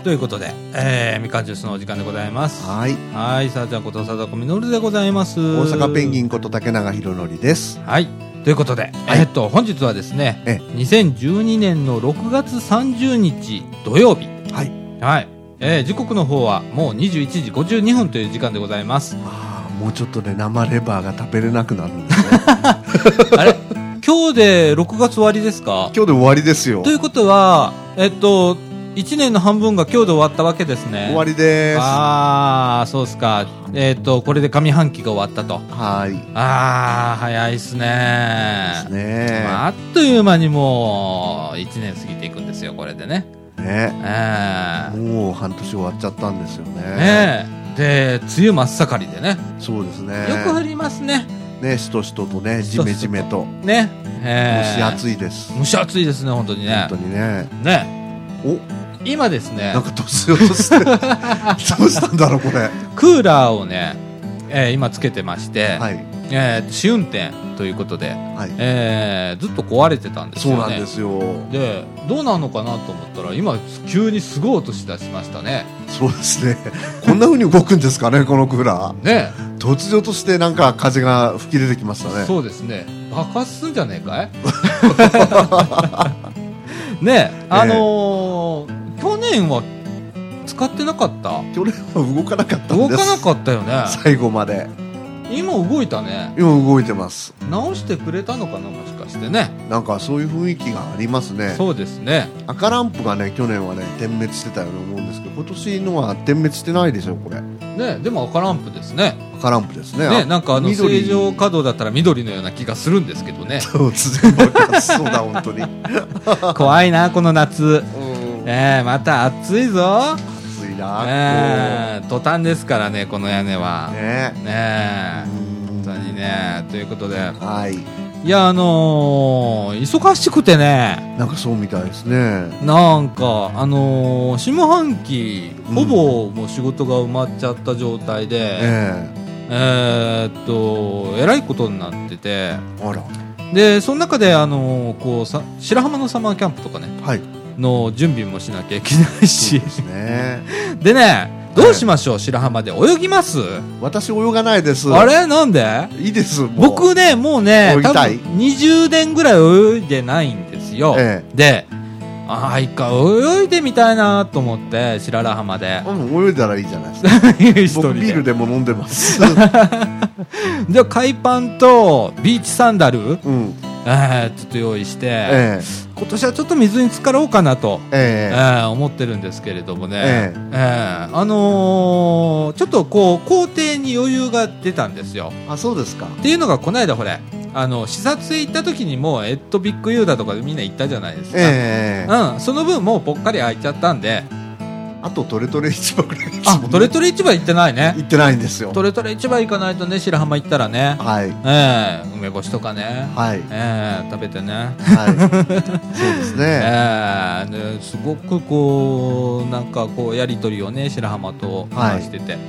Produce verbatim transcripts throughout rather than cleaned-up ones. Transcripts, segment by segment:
ということで、えー、みかんジュースのお時間でございます。 はい。 はい、さあちゃんこと貞子みのるでございます。 大阪ペンギンこと竹永宏典です。 はい。ということで、はい、えー、っと本日はですね、えにせんじゅうにねんのろくがつさんじゅうにち土曜日。 はい。 はい。えー、時刻の方はもうにじゅういちじごじゅうにふんという時間でございます。 ああ、もうちょっとで生レバーが食べれなくなるんですね。 あれ今日でろくがつ終わりですか？ 今日で終わりですよ。 ということは、えっといちねんの半分が今日で終わったわけですね。 終わりです。 ああ、そうですか。えっとこれで上半期が終わったと。 はい。 ああ、早いっすね。 ですね。 まあ、あっという間にもういちねん過ぎていくんですよ、これでね。 ね。 えー、 もう半年終わっちゃったんですよね。 ねで、梅雨真っ盛りでね。 そうですね。 よく降りますね。 ね、しとしととね、じめじめと。 ね。 えー、蒸し暑いです。 蒸し暑いですね、本当にね。 本当にね。 ね。 お、 今ですね。 なんか突如としてどうしたんだろうこれ。 クーラーをね、えー、今つけてまして、はい、えー、試運転ということで、はい、えー、ずっと壊れてたんですよね。 そうなんですよ。 で、どうなのかなと思ったら今急にすごい音しだしましたね。 そうですね。こんな風に動くんですかね、このクーラー。 ね。 突如としてなんか風が吹き出てきましたね。 そうですね。爆発すんじゃねえかい。ね、あのー、去年は使ってなかった？ 去年は動かなかったんです。 動かなかったよね。 最後まで。 今動いたね。 今動いてます。 直してくれたのかな、もしかしてね。 なんかそういう雰囲気がありますね。 そうですね。 赤ランプがね、去年はね点滅してたように思うんですけど、今年のは点滅してないでしょこれ。 ね、でも赤ランプですね。 赤ランプですね。 ね、なんかあの正常稼働だったら緑のような気がするんですけどね。 突然爆発しそうだ本当に。 怖いなこの夏。えー、また暑いぞ。 暑いな。 えー、トタンですからねこの屋根は。 ね。 ね、本当にね。ということで。 はい。 いや、あのー、忙しくてね。 なんかそうみたいですね。 なんかあのー、下半期、うん、ほぼもう仕事が埋まっちゃった状態で、えー、えー、っとえらいことになってて、 あら。 でその中であのー、こうさ白浜のサマーキャンプとかね、はい、の準備もしなきゃいけないし、 そうですね。 でね。どうしましょう、白浜で泳ぎます？ 私泳がないです。 あれなんで？ いいです。もう僕ねもうね多分にじゅうねんぐらい泳いでないんですよ、ええ、でああ一回泳いでみたいなと思って白良浜で、 うん、泳いだらいいじゃないですか。僕ビールでも飲んでますじゃあ海パンとビーチサンダル、うん、えー、ちょっと用意して、ええ、今年はちょっと水に浸かろうかなと、えええー、思ってるんですけれどもね、えええー、あのー、ちょっとこう工程に余裕が出たんですよ。 あ、そうですか。 っていうのがこの間ほれあの視察へ行った時にもエットビッグユーだとかでみんな行ったじゃないですか、えーうん、その分もうぽっかり空いちゃったんで、 あとトレトレ市場ぐらいですもんね。 あ、トレトレ市場行ってないね。 行ってないんですよ。 トレトレ市場行かないとね、白浜行ったらね、はい、えー、梅干しとかね、はい、えー、食べてね、はい、そうですね、えー、ですごくこうなんかこうやり取りをね白浜と話してて、はい、うん、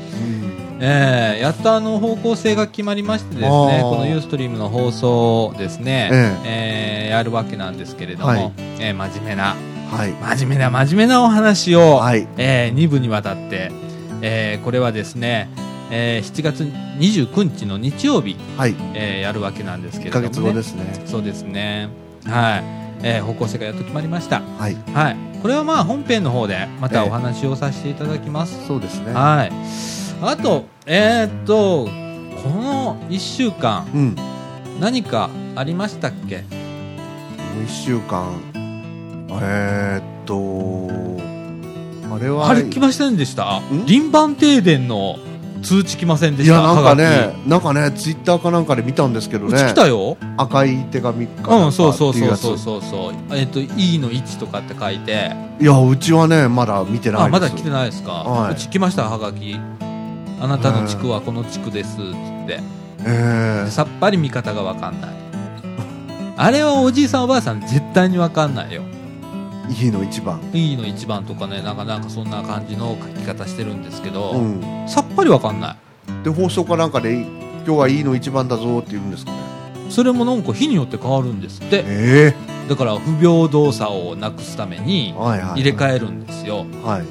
えー、やっとあの方向性が決まりましてですね、このユーストリームの放送ですね、えーえー、やるわけなんですけれども、はい、えー、真面目なはい、真面目な真面目なお話を、はい、えー、にぶにわたって、えー、これはですね、えー、しちがつにじゅうくにちの日曜日、はい、えー、やるわけなんですけれども、ね、いっかげつごですね。そうですね、はい、えー、方向性がやっと決まりました、はいはい、これはまあ本編の方でまたお話をさせていただきます、えー、そうですね、はい、あとえー、っとこのいっしゅうかん、うん、何かありましたっけ？このいっしゅうかんえー、っとあれはあれ来ませんでした？輪番停電の通知来ませんでした？いやなんかねなんかねツイッターかなんかで見たんですけどね。 うち来たよ。 赤い手紙かなんかっていうやつ。うん、そうそうそうそうそうそう。えー、っと E のいちとかって書いて。 いやうちはねまだ見てないです。 あ、まだ来てないですか？はい、うち来ました。はがき。あなたの地区はこの地区ですっつって、えー、さっぱり見方が分かんない。あれはおじいさんおばあさん絶対に分かんないよ。 E のいちばん E のいちばんとかね、なんかなんかそんな感じの書き方してるんですけど、うん、さっぱりわかんないで、放送かなんかで今日は E のいちばんだぞって言うんですかね。 それもなんか日によって変わるんですって、 えー、 だから不平等さをなくすために入れ替えるんですよ、はいはい、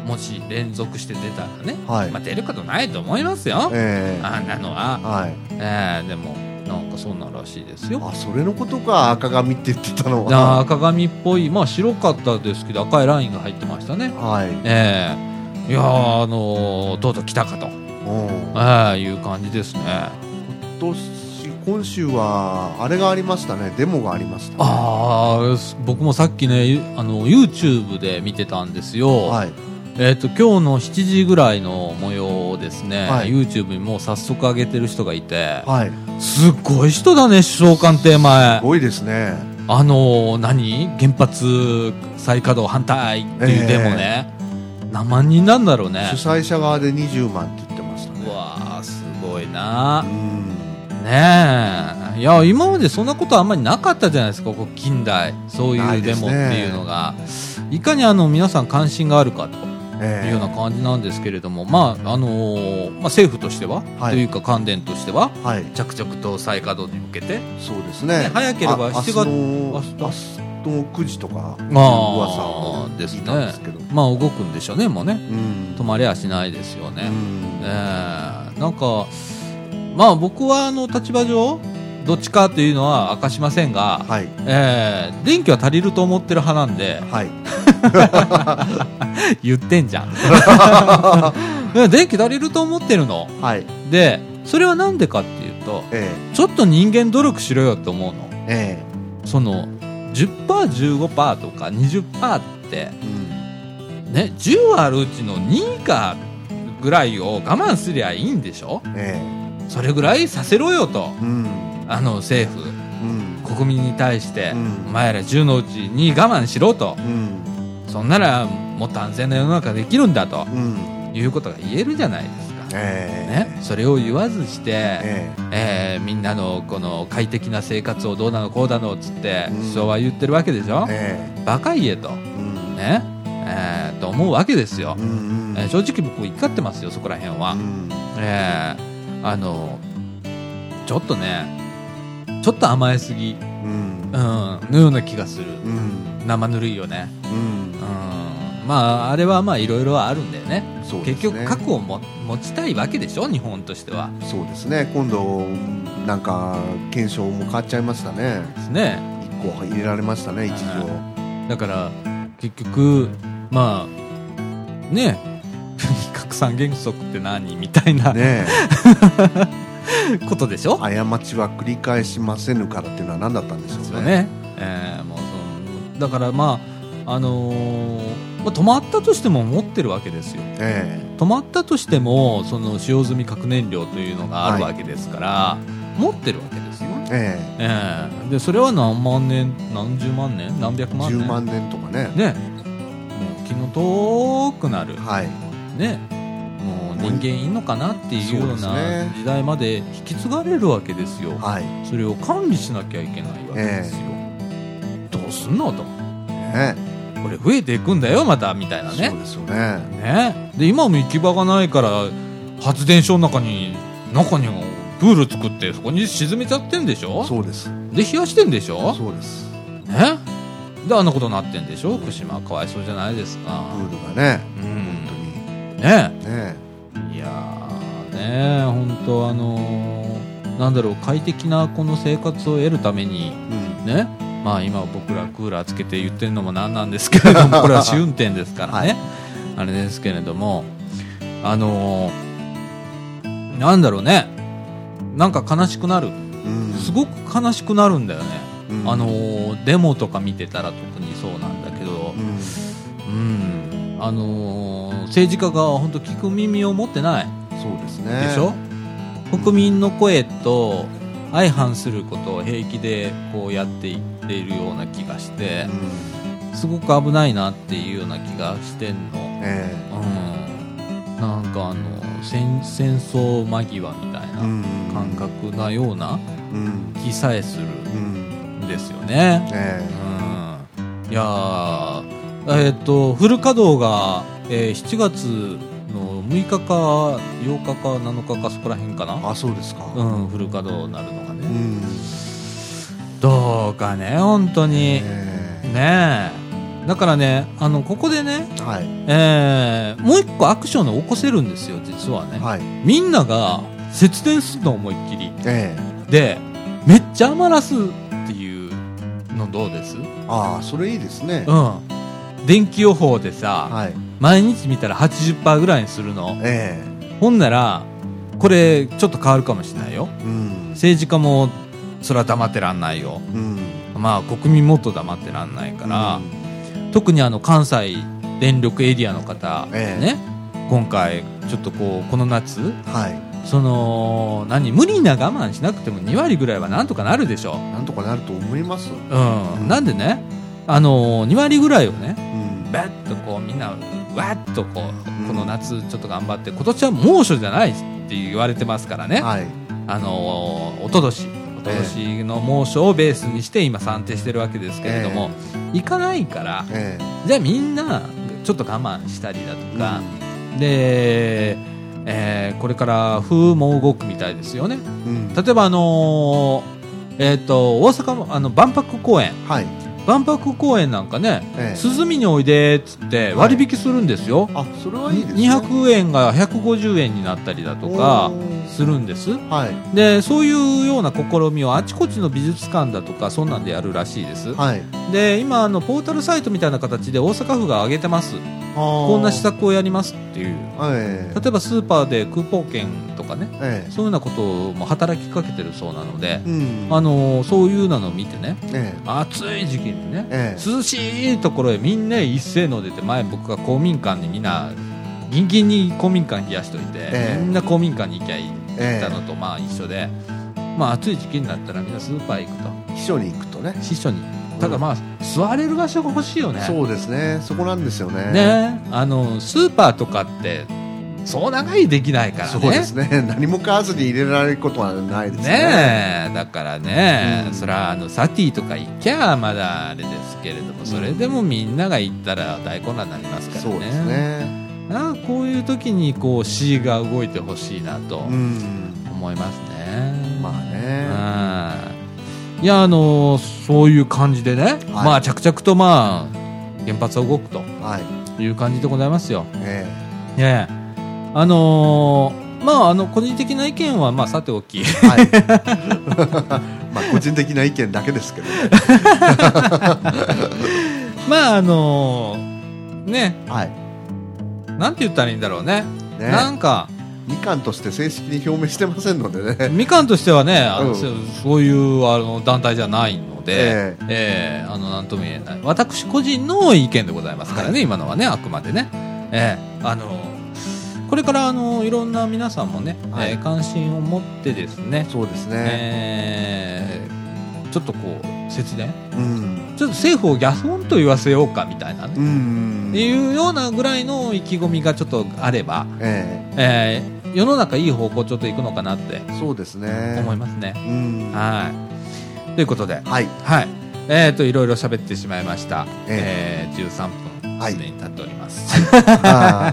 もし連続して出たらね、 はい、 まあ、出ることないと思いますよ、えー、あんなのは、 はい、 えー、でもなんかそんならしいですよ。 あ、それのことか、赤髪って言ってたのは。 赤髪っぽい、まあ白かったですけど赤いラインが入ってましたね。 はい、 えー、いやー、あのー、とうとう来たかと、えー、いう感じですね。 今年今週はあれがありましたね、デモがありました、ね、 ああ、僕もさっきね、あの YouTube で見てたんですよ、はい、えーと、今日のしちじぐらいの模様をですね、はい、YouTube にもう早速上げてる人がいて、はい、すっごい人だね、首相官邸前。 すごいですね。 あのー、何原発再稼働反対っていうデモね、えー、何万人なんだろうね。 主催者側でにじゅうまんって言ってましたね。 うわー、すごいな。うんねえ、いや今までそんなことあんまりなかったじゃないですか、ここ近代そういうデモっていうのが、ね、いかにあの皆さん関心があるかというような感じなんですけれども、えー、まああのーまあ、政府としては、はい、というか関電としては、はい、着々と再稼働に向けて、 そうですね、ね、 早ければしちがつ明日のくじとか噂ですね、まあ動くんでしょうね、もうね、うん、止まりはしないですよね、うん、えー、なんかまあ僕はあの立場上どっちかというのは明かしませんが、はい、えー、電気は足りると思ってる派なんで、はい、言ってんじゃん電気足りると思ってるの、はい、でそれはなんでかっていうと、えー、ちょっと人間努力しろよって思うの、えー、その じゅっパーセント、じゅうごパーセント とか にじゅっパーセント って、うんね、じゅうあるうちのにかぐらいを我慢すりゃいいんでしょ、えーそれぐらいさせろよと、うん、あの政府、うん、国民に対して、うん、お前らじゅうのうちに我慢しろと、うん、そんならもっと安全な世の中できるんだと、うん、いうことが言えるじゃないですか、えーね、それを言わずして、えーえー、みんなのこの快適な生活をどうなのこうだのっつって首相は言ってるわけでしょ、えー、バカ言えと、うんねえー、と思うわけですよ、うんうんえー、正直僕怒ってますよ、そこら辺は、うんえーあのちょっとねちょっと甘えすぎ、うんうん、のような気がする、うん、生ぬるいよね、うんうん、まああれはまあいろいろあるんだよね、そうですね、結局核をも持ちたいわけでしょ、日本としては。 そうですね、今度なんか検証も変わっちゃいましたね。 ですね、 いっこ入れられましたね、一条。 だから結局まあね核三原則って何みたいな、ね、ことでしょ。 過ちは繰り返しませぬからっていうのは何だったんでしょうね。ね、 えー、もうそのだからまああのーまあ、止まったとしても持ってるわけですよ、えー、止まったとしてもその使用済み核燃料というのがあるわけですから、はい、持ってるわけですよ、えーえー、でそれは何万年何十万年何百万年じゅうまんねんとかね、 ね、もう気の遠くなる、はいね、もう人間いいのかなっていうような時代まで引き継がれるわけですよ、はい、それを管理しなきゃいけないわけですよ、えー、どうすんのと、ね、これ増えていくんだよまたみたいなね。 そうですよね。 ねで今も行き場がないから発電所の中に中にプール作ってそこに沈めちゃってんでしょ。 そうです。 で冷やしてんでしょ。 そうです。 ねであんなことになってんでしょ。福島かわいそうじゃないですか。 プールがね、うん、本当にねねいやーね本当あのー、なんだろう快適なこの生活を得るために、うん、ねまあ今僕らクーラーつけて言ってるのもなんなんですけれどもこれは試運転ですからね、はい、あれですけれどもあのー、なんだろうねなんか悲しくなる、うん、すごく悲しくなるんだよね、うん、あのー、デモとか見てたら特にそうなんだけど、うん、うん、あのー、政治家が本当聞く耳を持ってない。 そうですね。 でしょ。国民の声と相反することを平気でこうやっていっているような気がして、うん、すごく危ないなっていうような気がしてんの、えーうん、なんかあの 戦, 戦争間際みたいな感覚なような気さえするんですよね、うんえーうん、いやーえー、とフル稼働が、えー、しちがつのむいかかようかかなのかかそこら辺かな。 あ、そうですか、 うん、フル稼働になるのがね、うん、どうかね本当に、えー、ねえだからね、あのここでね、はい、えー、もう一個アクションを起こせるんですよ実はね、はい、みんなが節電するの思いっきり、えー、でめっちゃ余らすっていうのどうです？ ああ、それいいですね。 うん。電気予報でさ、はい、毎日見たら はちじゅっパーセント ぐらいにするの、えー、ほんならこれちょっと変わるかもしれないよ、うん、政治家もそれは黙ってらんないよ、うん、まあ国民もっと黙ってらんないから、うん、特にあの関西電力エリアの方、えー、ね、今回ちょっとこうこの夏、はい、その何無理な我慢しなくてもに割ぐらいはなんとかなるでしょ。 なんとかなると思います、 うんうん、なんでね、あのー、に割ぐらいをね、うん、バッとこうみんなわっとこう、うん、この夏ちょっと頑張って、今年は猛暑じゃないって言われてますからね、はい、あのー、おととしおととしの猛暑をベースにして今算定してるわけですけれども、えー、行かないから、えー、じゃあみんなちょっと我慢したりだとか、うん、で、えー、これから風も動くみたいですよね、うん、例えばあのーえー、と大阪のあの万博公園、はい、万博公園なんかね、ええ、涼みにおいでっつって割引するんですよ、はい、あ、それはいいですね。にひゃくえんがひゃくごじゅうえんになったりだとかするんです、はい、でそういうような試みをあちこちの美術館だとかそんなんでやるらしいです、はい、で今あのポータルサイトみたいな形で大阪府が上げてます。こんな施策をやりますっていう、ええ、例えばスーパーでクーポン券とかね、ええ、そういうようなことも働きかけてるそうなので、うん、あのそういうのを見てね、ええ、暑い時期にね、ええ、涼しいところへみんな一斉の出て、前僕が公民館にみんなギンギンに公民館冷やしといて、ええ、みんな公民館に行きゃいいって言ったのとまあ一緒で、まあ、暑い時期になったらみんなスーパー行くと、 避暑に行くとね、 避暑にただまあ座れる場所が欲しいよね。 そうですね、そこなんですよね。 ね、あのスーパーとかってそう長いできないからね。 そうですね、何も買わずに入れられることはないですね。 ね、だからね、うん、それはあのサティとか行きゃまだあれですけれども、それでもみんなが行ったら大混乱になりますからね。そうですね。あ、こういう時にこう C が動いてほしいなと思いますね。 うん、まあね、 うん、いや、あのー、そういう感じでね、はい、まあ着々とまあ原発は動くという感じでございますよ。ええ、ねえ、あのー、まああの個人的な意見はまあさておき、はい、 まあ個人的な意見だけですけどね。 まああのー、ね、はい、なんて言ったらいいんだろうね。ね、なんか。 みかんとして正式に表明してませんのでね。 みかんとしてはね、あの、うん、そういうあの団体じゃないので、えーえー、あのなんとも言えない私個人の意見でございますからね、はい、今のはね、あくまでね、えー、あのこれからあのいろんな皆さんもね、はい、えー、関心を持ってですね、 そうですね、 えー、ちょっとこう節電、うん、ちょっと政府をギャフンと言わせようかみたいなね、うん、っていうようなぐらいの意気込みがちょっとあれば、えーえー世の中いい方向ちょっと行くのかなってそうですね思いますね。うん、はい、ということで、はいはい、えー、といろいろ喋ってしまいました、えーえー、じゅうさんぷんすでに経っております、はい、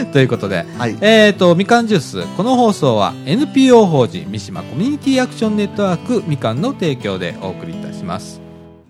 ということで、はい、えー、とみかんジュース、この放送は エヌピーオー 法人三島コミュニティアクションネットワークみかんの提供でお送りいたします。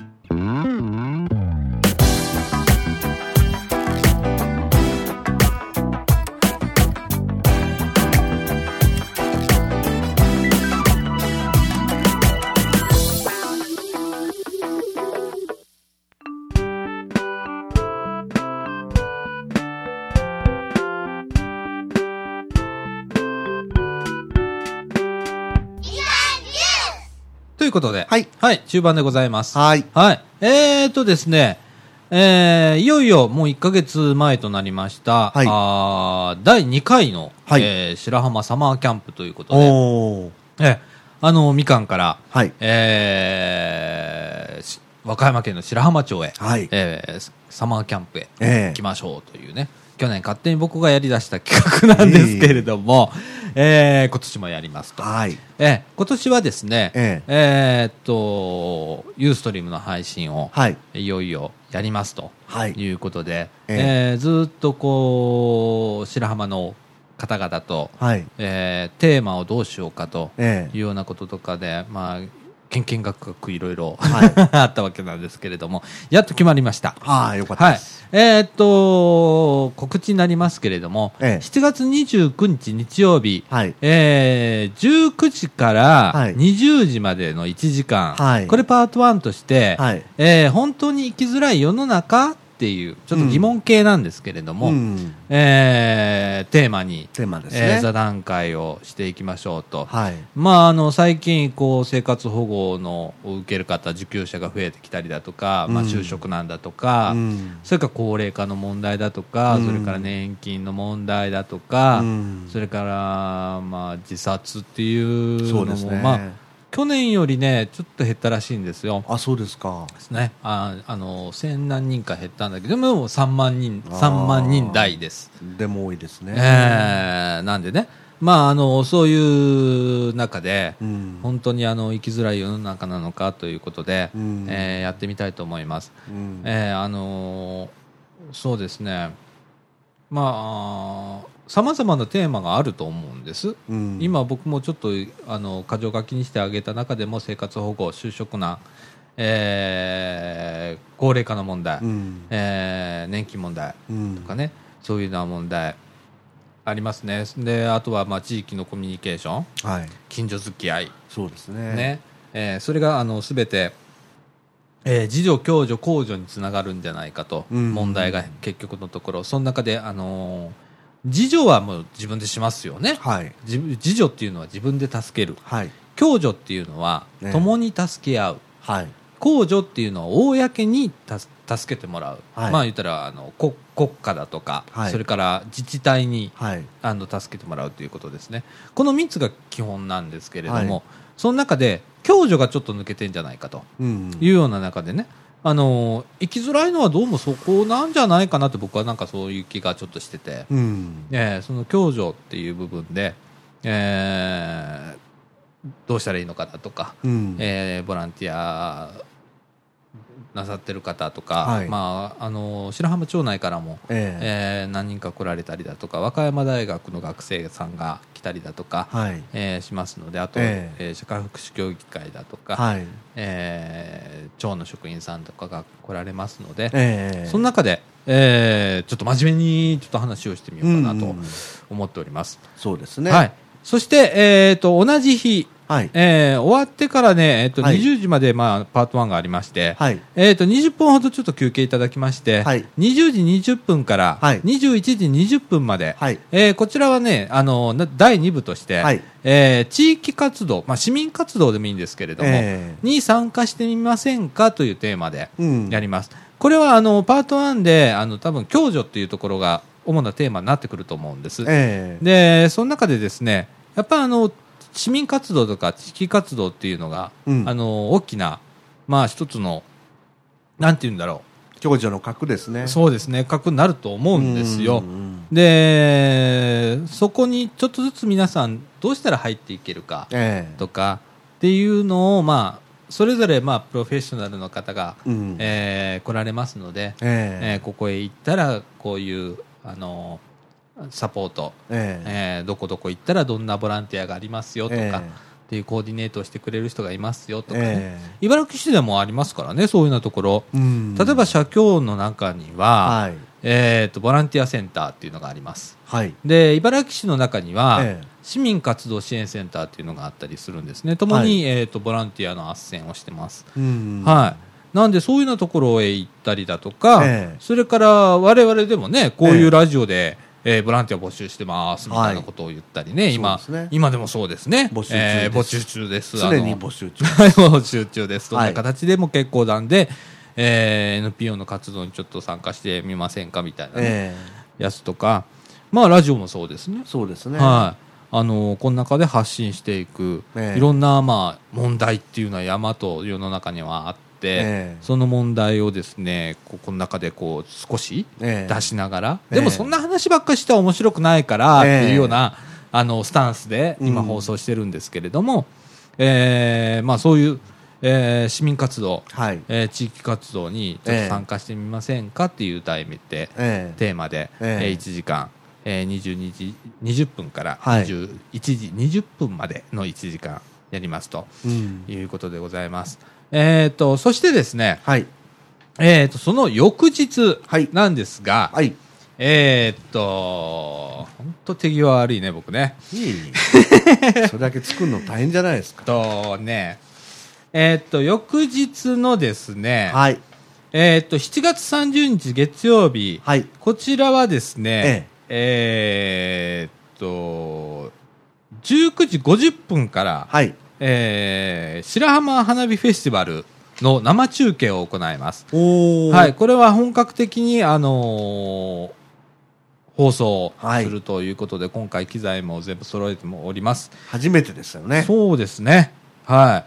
ということで、はい、はい、中盤でございます。はい。はい。えーとですね、えー、いよいよもういっかげつまえとなりました、はい、あだいにかいの、はい、えー、白浜サマーキャンプということで、おえあの、みかんから、はい、えー、和歌山県の白浜町へ、はい、えー、サマーキャンプへ行きましょうというね、えー、去年勝手に僕がやり出した企画なんですけれども、えー、今年もやりますと、はい、えー、今年はですね、えーえー、っとユーストリームの配信を、はい、いよいよやりますということで、はい、えーえー、ずっとこう白浜の方々と、はい、えー、テーマをどうしようかというようなこととかで、まあ、 けんけんがくがくいろいろあったわけなんですけれども、やっと決まりました。 ああ、よかったです。 はい、えー、っと告知になりますけれども、ええ、しちがつにじゅうくにち日曜日、はい、えー、じゅうくじからにじゅうじまでのいちじかん、はい、これパートワンとして、はい、えー、本当に生きづらい世の中っていうちょっと疑問系なんですけれども、うん、えー、テーマにテーマですね、 えー、座談会をしていきましょうと、はい、まあ、あの最近こう生活保護のを受ける方受給者が増えてきたりだとか、うん、まあ、就職難だとか、うん、それから高齢化の問題だとか、うん、それから年金の問題だとか、うん、それから、まあ、自殺っていうのも、そうですね、まあ去年よりねちょっと減ったらしいんですよ。 あ、そうですか。 ですね。あ、あの千何人か減ったんだけどもさんまんにんさんまんにん台です。 でも多いですね。 えー、なんでね、まああのそういう中で、うん、本当にあの生きづらい世の中なのかということで、うん、えー、やってみたいと思います。うん、えー、あのそうですね。まあさまざまなテーマがあると思うんです、うん、今僕もちょっとあの箇条書きにしてあげた中でも生活保護、就職難、えー、高齢化の問題、うん、えー、年金問題とかね、うん、そういうような問題ありますね。であとはまあ地域のコミュニケーション、はい、近所付き合い、 そうですね、 ね、えー、それがあの全てえー、自助共助公助につながるんじゃないかと、うん、問題が結局のところその中で、あのー、自助はもう自分でしますよね、はい、自, 自助っていうのは自分で助ける、はい、共助っていうのは共に助け合う、ね、はい、公助っていうのは公にた助けてもらう、はい、まあ言ったらあの 国, 国家だとか、はい、それから自治体に、はい、あの助けてもらうということですね。このみっつが基本なんですけれども、はい、その中で共助がちょっと抜けてんじゃないかというような中でね、あの生きづらいのはどうもそこなんじゃないかなと僕はなんかそういう気がちょっとしてて、うん、えー、その共助っていう部分で、えー、どうしたらいいのかなとか、うん、えー、ボランティアなさってる方とか、はい、まあ、あの白浜町内からも、えーえー、何人か来られたりだとか、和歌山大学の学生さんが来たりだとか、はい、えー、しますので、あと、えーえー、社会福祉協議会だとか、はい、えー、町の職員さんとかが来られますので、えー、その中で、えー、ちょっと真面目にちょっと話をしてみようかなと思っております。 うんうん、そうですね。 はい、そして、えーと、同じ日、はい、えー、終わってからね、えーとはい、にじゅうじまで、まあ、パートワンがありまして、はい、えーと、にじゅっぷんほどちょっと休憩いただきまして、はい、にじゅうじにじゅっぷんからにじゅういちじにじゅっぷんまで、はい、えー、こちらはね、あのだいに部として、はい、えー、地域活動、まあ、市民活動でもいいんですけれども、えー、に参加してみませんかというテーマでやります。うん、これはあのパートワンであの多分共助っていうところが主なテーマになってくると思うんです。えー、でその中でですね、やっぱりあの市民活動とか地域活動っていうのが、うん、あの大きな、まあ、一つのなんていうんだろう、共助の核ですね。 そうですね、核になると思うんですよ。でそこにちょっとずつ皆さんどうしたら入っていけるかとか、えー、っていうのを、まあ、それぞれ、まあ、プロフェッショナルの方が、うん、えー、来られますので、えーえー、ここへ行ったらこういうあのサポート、えーえー、どこどこ行ったらどんなボランティアがありますよとか、えー、っていうコーディネートをしてくれる人がいますよとかね、えー、茨城市でもありますからね、そういうようなところ、うん、例えば社協の中には、はい、えー、とボランティアセンターっていうのがあります、はい、で茨城市の中には、えー、市民活動支援センターっていうのがあったりするんですね。ともに、はい、えー、とボランティアの斡旋をしてます、うん、はい、なんでそういうようなところへ行ったりだとか、えー、それから我々でもね、こういうラジオで、えーえー、ボランティア募集してますみたいなことを言ったりね、はい、今, ね今でもそうですね、 募集中です、えー、募集中です、常に募集中募集中です。どんな形でも結構なんで、えー、エヌピーオー の活動にちょっと参加してみませんかみたいな、ねえー、やつとか、まあラジオもそうですね。 そうですね、 はい、あのこの中で発信していく、えー、いろんな、まあ、問題っていうのは山と世の中にはあって、えー、その問題をですね、ここの中でこう少し出しながら、えー、でもそんな話ばっかりしては面白くないからっていうような、えー、あのスタンスで今放送してるんですけれども、うん、えーまあ、そういう、えー、市民活動、はい、えー、地域活動にちょっと参加してみませんかっていう題名で、えー、テーマで、えー、いちじかん、えー、にじゅうにじにじゅっぷんからにじゅういちじにじゅっぷんまでのいちじかん、 やりますということでございます。うん、えっ、ー、と、そしてですね、はい、えっ、ー、と、その翌日なんですが、はいはい、えっ、ー、と、本当手際悪いね、僕ね。いいそれだけ作るの大変じゃないですか。 とね、えっ、と、翌日のですね、はい、えっ、と、しちがつさんじゅうにち月曜日、はい、こちらはですね、えっ、えー、と、じゅうくじごじゅっぷんから、はい、えー、白浜花火フェスティバルの生中継を行います。はい、これは本格的に、あのー、放送するということで、はい、今回機材も全部揃えてもおります。 初めてですよね。 そうですね。はい。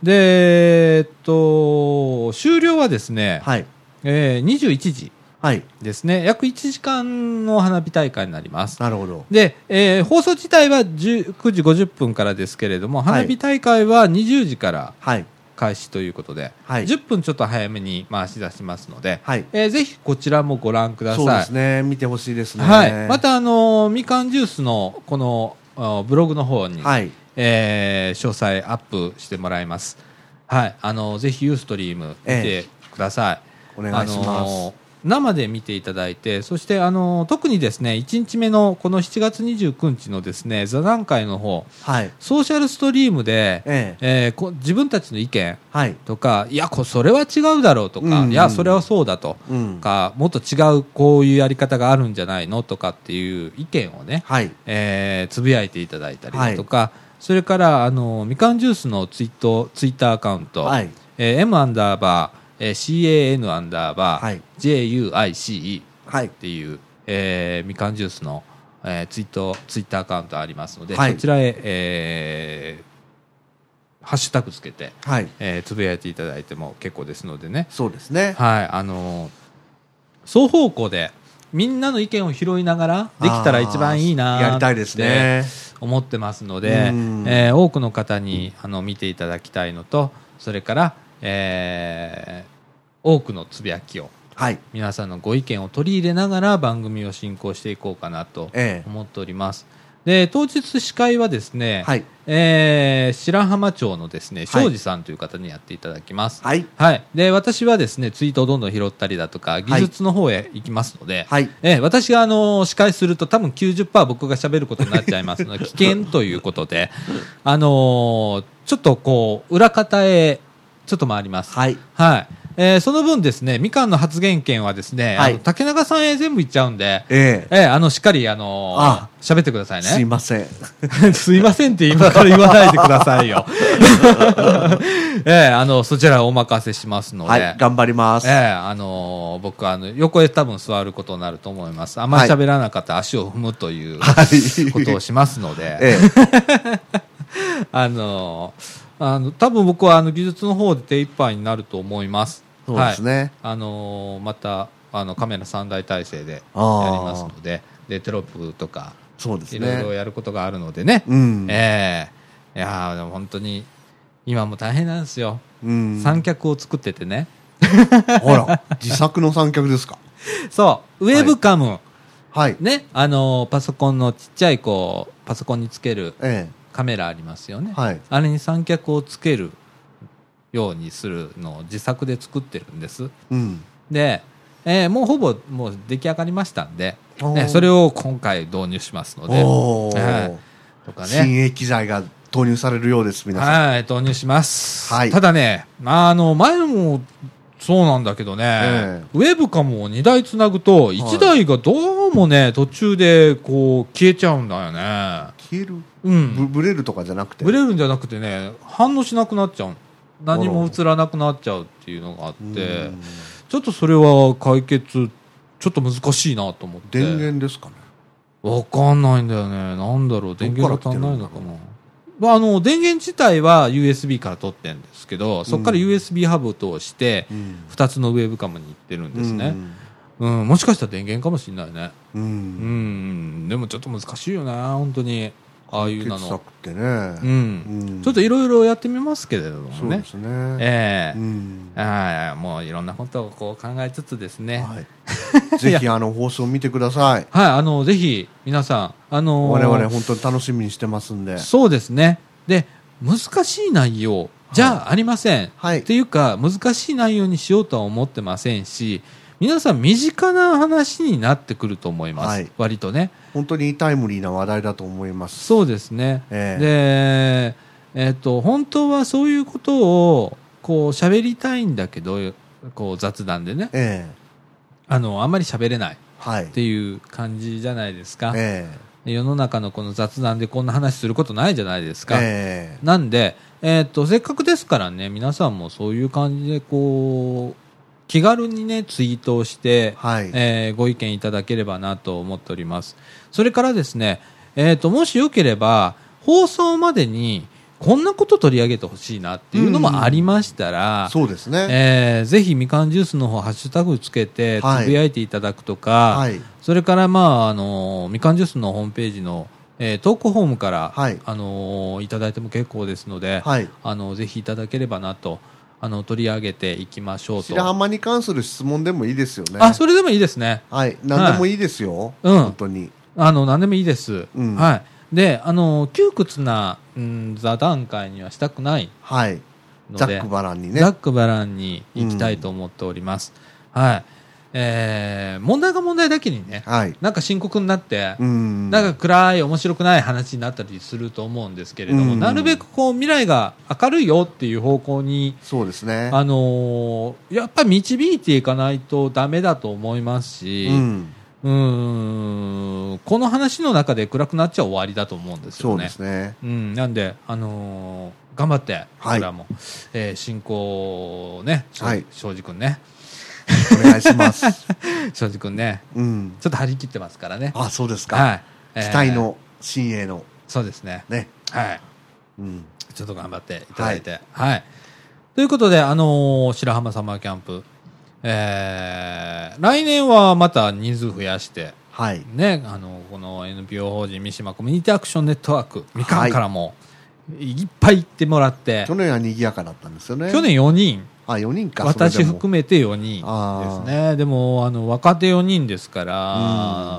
で、えー、っと、終了はですね、はい、えー、にじゅういちじですね、はい、約いちじかんの花火大会になります。 なるほど。 で、えー、放送自体はじゅうくじごじゅっぷんからですけれども、花火大会はにじゅうじから開始ということで、はい、じゅっぷんちょっと早めに回し出しますので、はい、えー、ぜひこちらもご覧ください。 そうですね、見てほしいですね。 はい、またあのー、みかんジュースのこのブログの方に、はい、えー、詳細アップしてもらいます。はい、あのー、ぜひユーストリーム見てください。 えー、お願いします。あのー生で見ていただいて、そしてあの特にですねいちにちめのこのしちがつにじゅうくにちのですね座談会の方、はい、ソーシャルストリームで、えええー、こ自分たちの意見とか、はい、いやこそれは違うだろうとか、うんうん、いやそれはそうだとか、うん、もっと違うこういうやり方があるんじゃないのとかっていう意見をね、はい、えー、つぶやいていただいたりだとか、はい、それからあのみかんジュースのツイートツイッターアカウント、はい、えー、M アンダーバーえー、シーエーエヌ アンダーバー、はい、ジェイユーアイシーイー っていう、はい、えー、みかんジュースの、えー、ツイートツイッターアカウントありますので、はい、そちらへ、えー、ハッシュタグつけて、はい、えー、つぶやいていただいても結構ですのでね。 そうですね。 はい、あのー、双方向でみんなの意見を拾いながらできたら一番いいなやりたいですね思ってますので、えー、多くの方にあの見ていただきたいのと、それからえー、多くのつぶやきを、はい、皆さんのご意見を取り入れながら番組を進行していこうかなと思っております。ええ、で当日司会はですね、はい、えー、白浜町のですね庄司さんという方にやっていただきます。はい、はい、で私はですねツイートをどんどん拾ったりだとか技術の方へ行きますので、はい、えー、私があの司会すると多分 きゅうじゅっパーセント 僕が喋ることになっちゃいますので危険ということであのー、ちょっとこう裏方へちょっと回ります。はい。はい。えー、その分ですね、みかんの発言権はですね、はい、あの竹中さんへ全部いっちゃうんで、えー、えー、あのしっかりあのー、喋ってくださいね。 すいません。 すいませんって今から言わないでくださいよ。えー、あのそちらをお任せしますので、はい、 頑張ります。 えー、あのー、僕あの横へ多分座ることになると思います。あんまり喋らなかったら足を踏むということをしますので、えー、あのー。あの多分僕はあの技術の方で手一杯になると思います。 そうですね。はい、 あのー、またあのカメラさんだい体制でやりますので、でテロップとかそうですね、いろいろやることがあるのでね。うん、えー、いやでも本当に今も大変なんですよ。うん、三脚を作っててね。 ほら自作の三脚ですか。 そうウェブカム、はい、ね、あのー、パソコンのちっちゃいこうパソコンにつける。ええ、カメラありますよね、はい、あれに三脚をつけるようにするのを自作で作ってるんです、うん、で、えー、もうほぼもう出来上がりましたんで、ね、それを今回導入しますので、えー、 とかね、新鋭機材が投入されるようです。皆さん、はい、投入します、はい、ただね、まあ、あの前もそうなんだけどね、えー、ウェブカムをにだいつなぐといちだいがどうもね途中でこう消えちゃうんだよね。 消える、うん、ブ, ブレるとかじゃなくてブレるんじゃなくてね、反応しなくなっちゃう、何も映らなくなっちゃうっていうのがあって、ちょっとそれは解決ちょっと難しいなと思って。 電源ですかね。 わかんないんだよね。なんだろう、電源が足んないのかな。まあ、あの電源自体は ユーエスビー から取ってるんですけど、そこから ユーエスビー ハブを通してふたつのウェブカムに行ってるんですね、うんうん、もしかしたら電源かもしれないね、うん、うん、でもちょっと難しいよな本当にああいうののってね、うんうん、ちょっといろいろやってみますけれどもね。 そうですね、 えーうん、あもういろんなことをこう考えつつですね、 はい、ぜひあの放送を見てください。 はい、あのぜひ皆さん、あのー、 我々本当に楽しみにしてますんで。 そうですね。で難しい内容じゃありません、はい、っていうか難しい内容にしようとは思ってませんし、皆さん身近な話になってくると思います、はい、割とね本当にタイムリーな話題だと思います。 そうですね、えー、で、えー、と本当はそういうことをこう喋りたいんだけど、こう雑談でね、えー、あのあんまり喋れないっていう感じじゃないですか、えー、世の中のこの雑談でこんな話することないじゃないですか、えー、なんで、えー、とせっかくですからね、皆さんもそういう感じでこう気軽にねツイートをして、はい、えー、ご意見いただければなと思っております。それからですね、えー、ともしよければ放送までにこんなこと取り上げてほしいなっていうのもありましたら、うん、 そうですね、 えー、ぜひみかんジュースの方ハッシュタグつけてつぶやいていただくとか、はい、それからまああのみかんジュースのホームページのえー、トークホームから、はい、あのー、いただいても結構ですので、はい、あのぜひいただければなと、あの取り上げていきましょうと。 白浜に関する質問でもいいですよね。 あ、それでもいいですね。 はい、何でもいいですよ、はい、本当にあの何でもいいです、うん、はい。で、あの窮屈な、うん、座談会にはしたくないはい、ざっくばらんにね、 ざっくばらんに行きたいと思っております、うん、はい。えー、問題が問題だけにね、はい、なんか深刻になって、うん、なんか暗い面白くない話になったりすると思うんですけれども、うん、なるべくこう未来が明るいよっていう方向に、 そうですね、 あのー、やっぱり導いていかないとダメだと思いますし、うん、うーん、この話の中で暗くなっちゃ終わりだと思うんですよね。 そうですね、 うん、なんで、あのー、頑張ってこれはもう、はい、えー、進行ね、はい、庄司君ねお願いします庄司君ね、うん、ちょっと張り切ってますからね。 あ、そうですか、はい、えー、期待の新鋭のそうですね、 ね、 はい、うん、ちょっと頑張っていただいて、はい、はい、ということで、あのー、白浜サマーキャンプ、えー、来年はまた人数増やして、はいね、あのこの エヌピーオー 法人三島コミュニティアクションネットワークみかんからもいっぱい行ってもらって、 去年は賑やかだったんですよね。 去年よにん、 あ、よにんか、 私含めてよにんですね。でもあの若手よにんですから、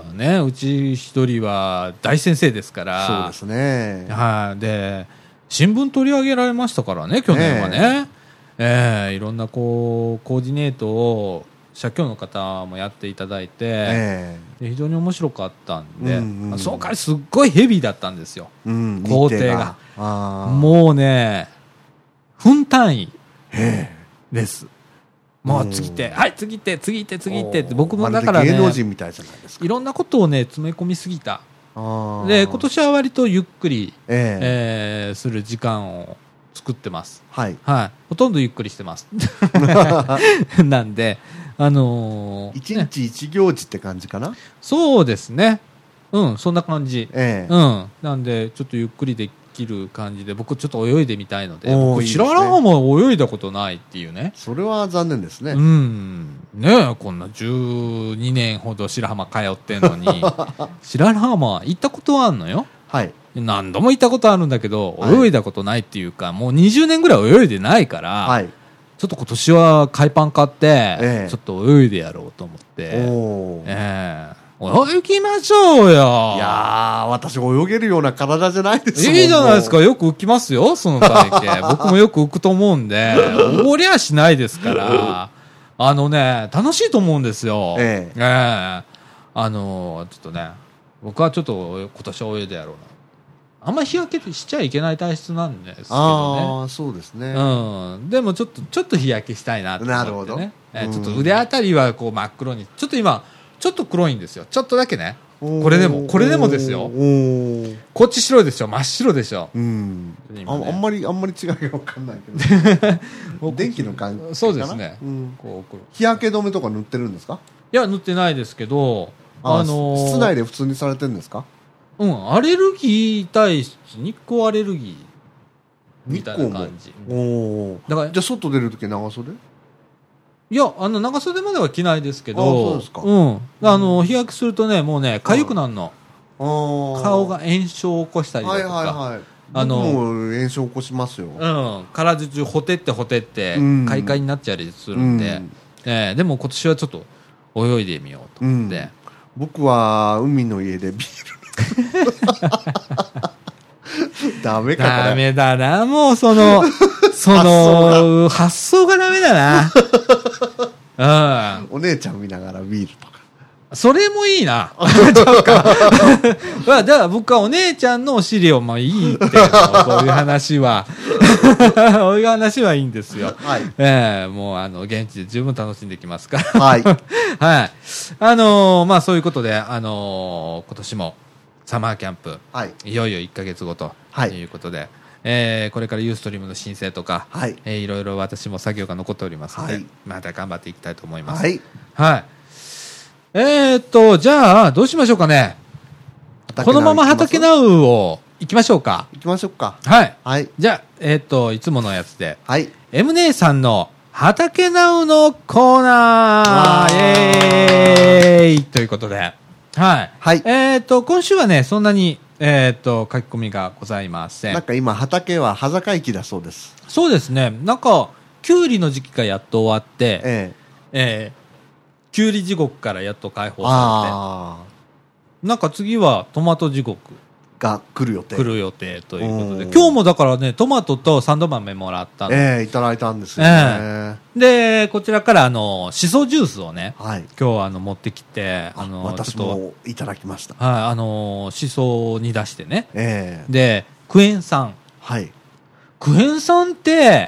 うん、ね、うちひとりは大先生ですから。 そうですね、 はい、で新聞取り上げられましたからね、去年はね、えー、いろんなこうコーディネートを社協の方もやっていただいて、えー、で非常に面白かったんで、うんうん、その代わりすっごいヘビーだったんですよ、うん、工程が。あ、もうね分単位です。もう次行って、はい次行って次行って次行ってって、僕もだからね、 芸能人みたいじゃないですか。 いろんなことをね詰め込みすぎた。で今年は割とゆっくり、えーえー、する時間を作ってます、はいはい、ほとんどゆっくりしてますなんで、あのー、 一日一行事って感じかな、ね、 そうですね、うん、そんな感じ、えーうん、なんでちょっとゆっくりできる感じで、僕ちょっと泳いでみたいので、僕白良浜泳いだことないっていうね。 それは残念ですね。 うん、ねえ、こんなじゅうにねんほど白浜通ってんのに白良浜行ったことはあるのよ。はい、何度も行ったことあるんだけど、泳いだことないっていうか、はい、もうにじゅうねんぐらい泳いでないから、はい、ちょっと今年は海パン買って、えー、ちょっと泳いでやろうと思って、お、えー泳ぎましょうよ。いやー、私泳げるような体じゃないですもん。 いいじゃないですか。よく浮きますよ、その体型僕もよく浮くと思うんで溺れはしないですからあのね、楽しいと思うんですよ、ええええ、あのちょっとね、僕はちょっと今年は泳いでやろうな。あんまり日焼けしちゃいけない体質なんですけどね。 ああ、そうですね、 うん、でもちょっとちょっと日焼けしたいなと思ってね。なるほど、ええ、ちょっと腕あたりはこう真っ黒に、ちょっと今ちょっと黒いんですよ、ちょっとだけね。これでもこれでもですよ。こっち白いでしょ、真っ白でしょ、うん、 ね、あ, あんまりあんまり違いが分かんないけど電気の感じかな。 そうですね、うん、 こう日焼け止めとか塗ってるんですか？ いや塗ってないですけど、 あ、あのー、室内で普通にされてるんですか？ うん、アレルギー体質、日光アレルギーみたいな感じ。 おだからじゃあ外出るとき長袖？ いや、あの長袖までは着ないですけど、あ、そうですか、うん、あの日焼けするとね、もうね痒くなるの、はい、顔が炎症を起こしたりだとか、はいはいはい、 あの僕も炎症起こしますよ、 うん、体中ほてってほてって快快になっちゃりするんで、うん、えー、でも今年はちょっと泳いでみようと思って、うん、 僕は海の家でビールダメかこれ。 ダメだな、もうその、その、発想がダメだな。 うん。お姉ちゃん見ながらビールとか。 それもいいな。まあ、だから僕はお姉ちゃんのお尻をまあいいって、そういう話は。そういう話はいいんですよ。はい。ええー、もうあの、現地で十分楽しんできますから。はい。はい。あのー、まあそういうことで、あのー、今年もサマーキャンプ、はい。いよいよいっかげつごと、はい。いうことで、えー、これからユーストリームの申請とか、はい。えー、いろいろ私も作業が残っておりますので、はい。また頑張っていきたいと思います。はい。はい。えーっと、じゃあ、どうしましょうかね。このまま畑ナウを行きましょうか。 行きましょうか。 はい。はい。じゃあ、えーっと、いつものやつで。はい。M 姉さんの畑ナウのコーナーイエーイということで。はい。はい。えーっと、今週はね、そんなに、えーっと、書き込みがございません。 なんか今、畑は端境期だそうです。 そうですね。なんか、キュウリの時期がやっと終わって、えええーキュウリ地獄からやっと解放されて、なんか次はトマト地獄が来る予定来る予定ということで、今日もだからね、トマトとサンド豆もらったの。 ええー、いただいたんですよね。えー、で、こちらからあの、シソジュースをね、はい、今日はあの、持ってきて、 あの、私もいただきました。 はい、あの、シソに出してね。えー、で、クエン酸。はい。クエン酸って、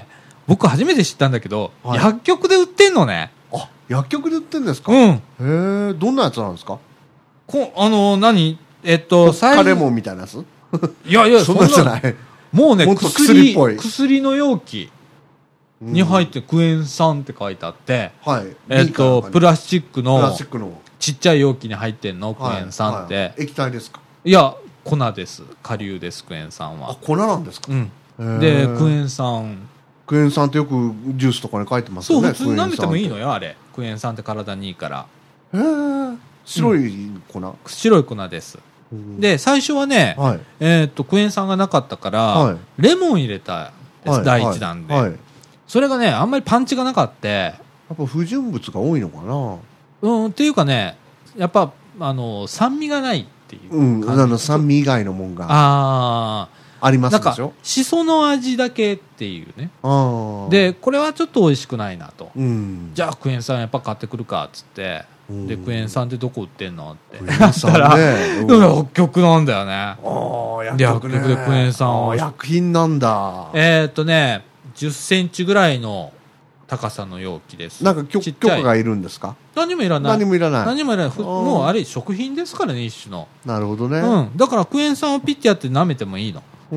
僕初めて知ったんだけど、はい、薬局で売ってんのね。 あ、薬局で売ってんですか？ うん。へえ、どんなやつなんですか？ こ、あの、何えっと、 カレモンみたいなやつ？ いやいや、 そんなじゃない。 もうね、薬っぽい。薬の容器に入ってクエン酸って書いてあって、はい。えっと、プラスチックの、プラスチックの、ちっちゃい容器に入ってんの、クエン酸って。 液体ですか？ いや、粉です。顆粒です、クエン酸は。 あ、粉なんですか？ うん。で、クエン酸。 クエン酸ってよくジュースとかに書いてますよね。 そう、普通に舐めてもいいのよ、あれ。クエン酸って体にいいから。 へえ。白い粉、うん、 白い粉です。で、最初はね、はい、えっと、クエン酸がなかったから、はい、レモン入れたです、はい、第一弾で、はい。それがね、あんまりパンチがなかった。やっぱ不純物が多いのかな？ うん、っていうかね、やっぱ、あの、酸味がないっていう感じ。うん、あの、酸味以外のもんが。ああ。ありますでしょ？なんかシソの味だけっていうね。でこれはちょっと美味しくないなと、うん、じゃあクエン酸やっぱ買ってくるかっつって、うん、でクエン酸ってどこ売ってんのってクエン酸ね薬局なんだよね。ああ薬局ね。 薬局でクエン酸を薬品なんだ。 えー、っとねじゅっセンチぐらいの高さの容器です。 なんか許可がいるんですか？ 何もいらない。 何もいらない。 何もいらない。もうあれ食品ですからね、一種の。 なるほどね。 うん。だからクエン酸をピッてやって舐めてもいいの。 うん。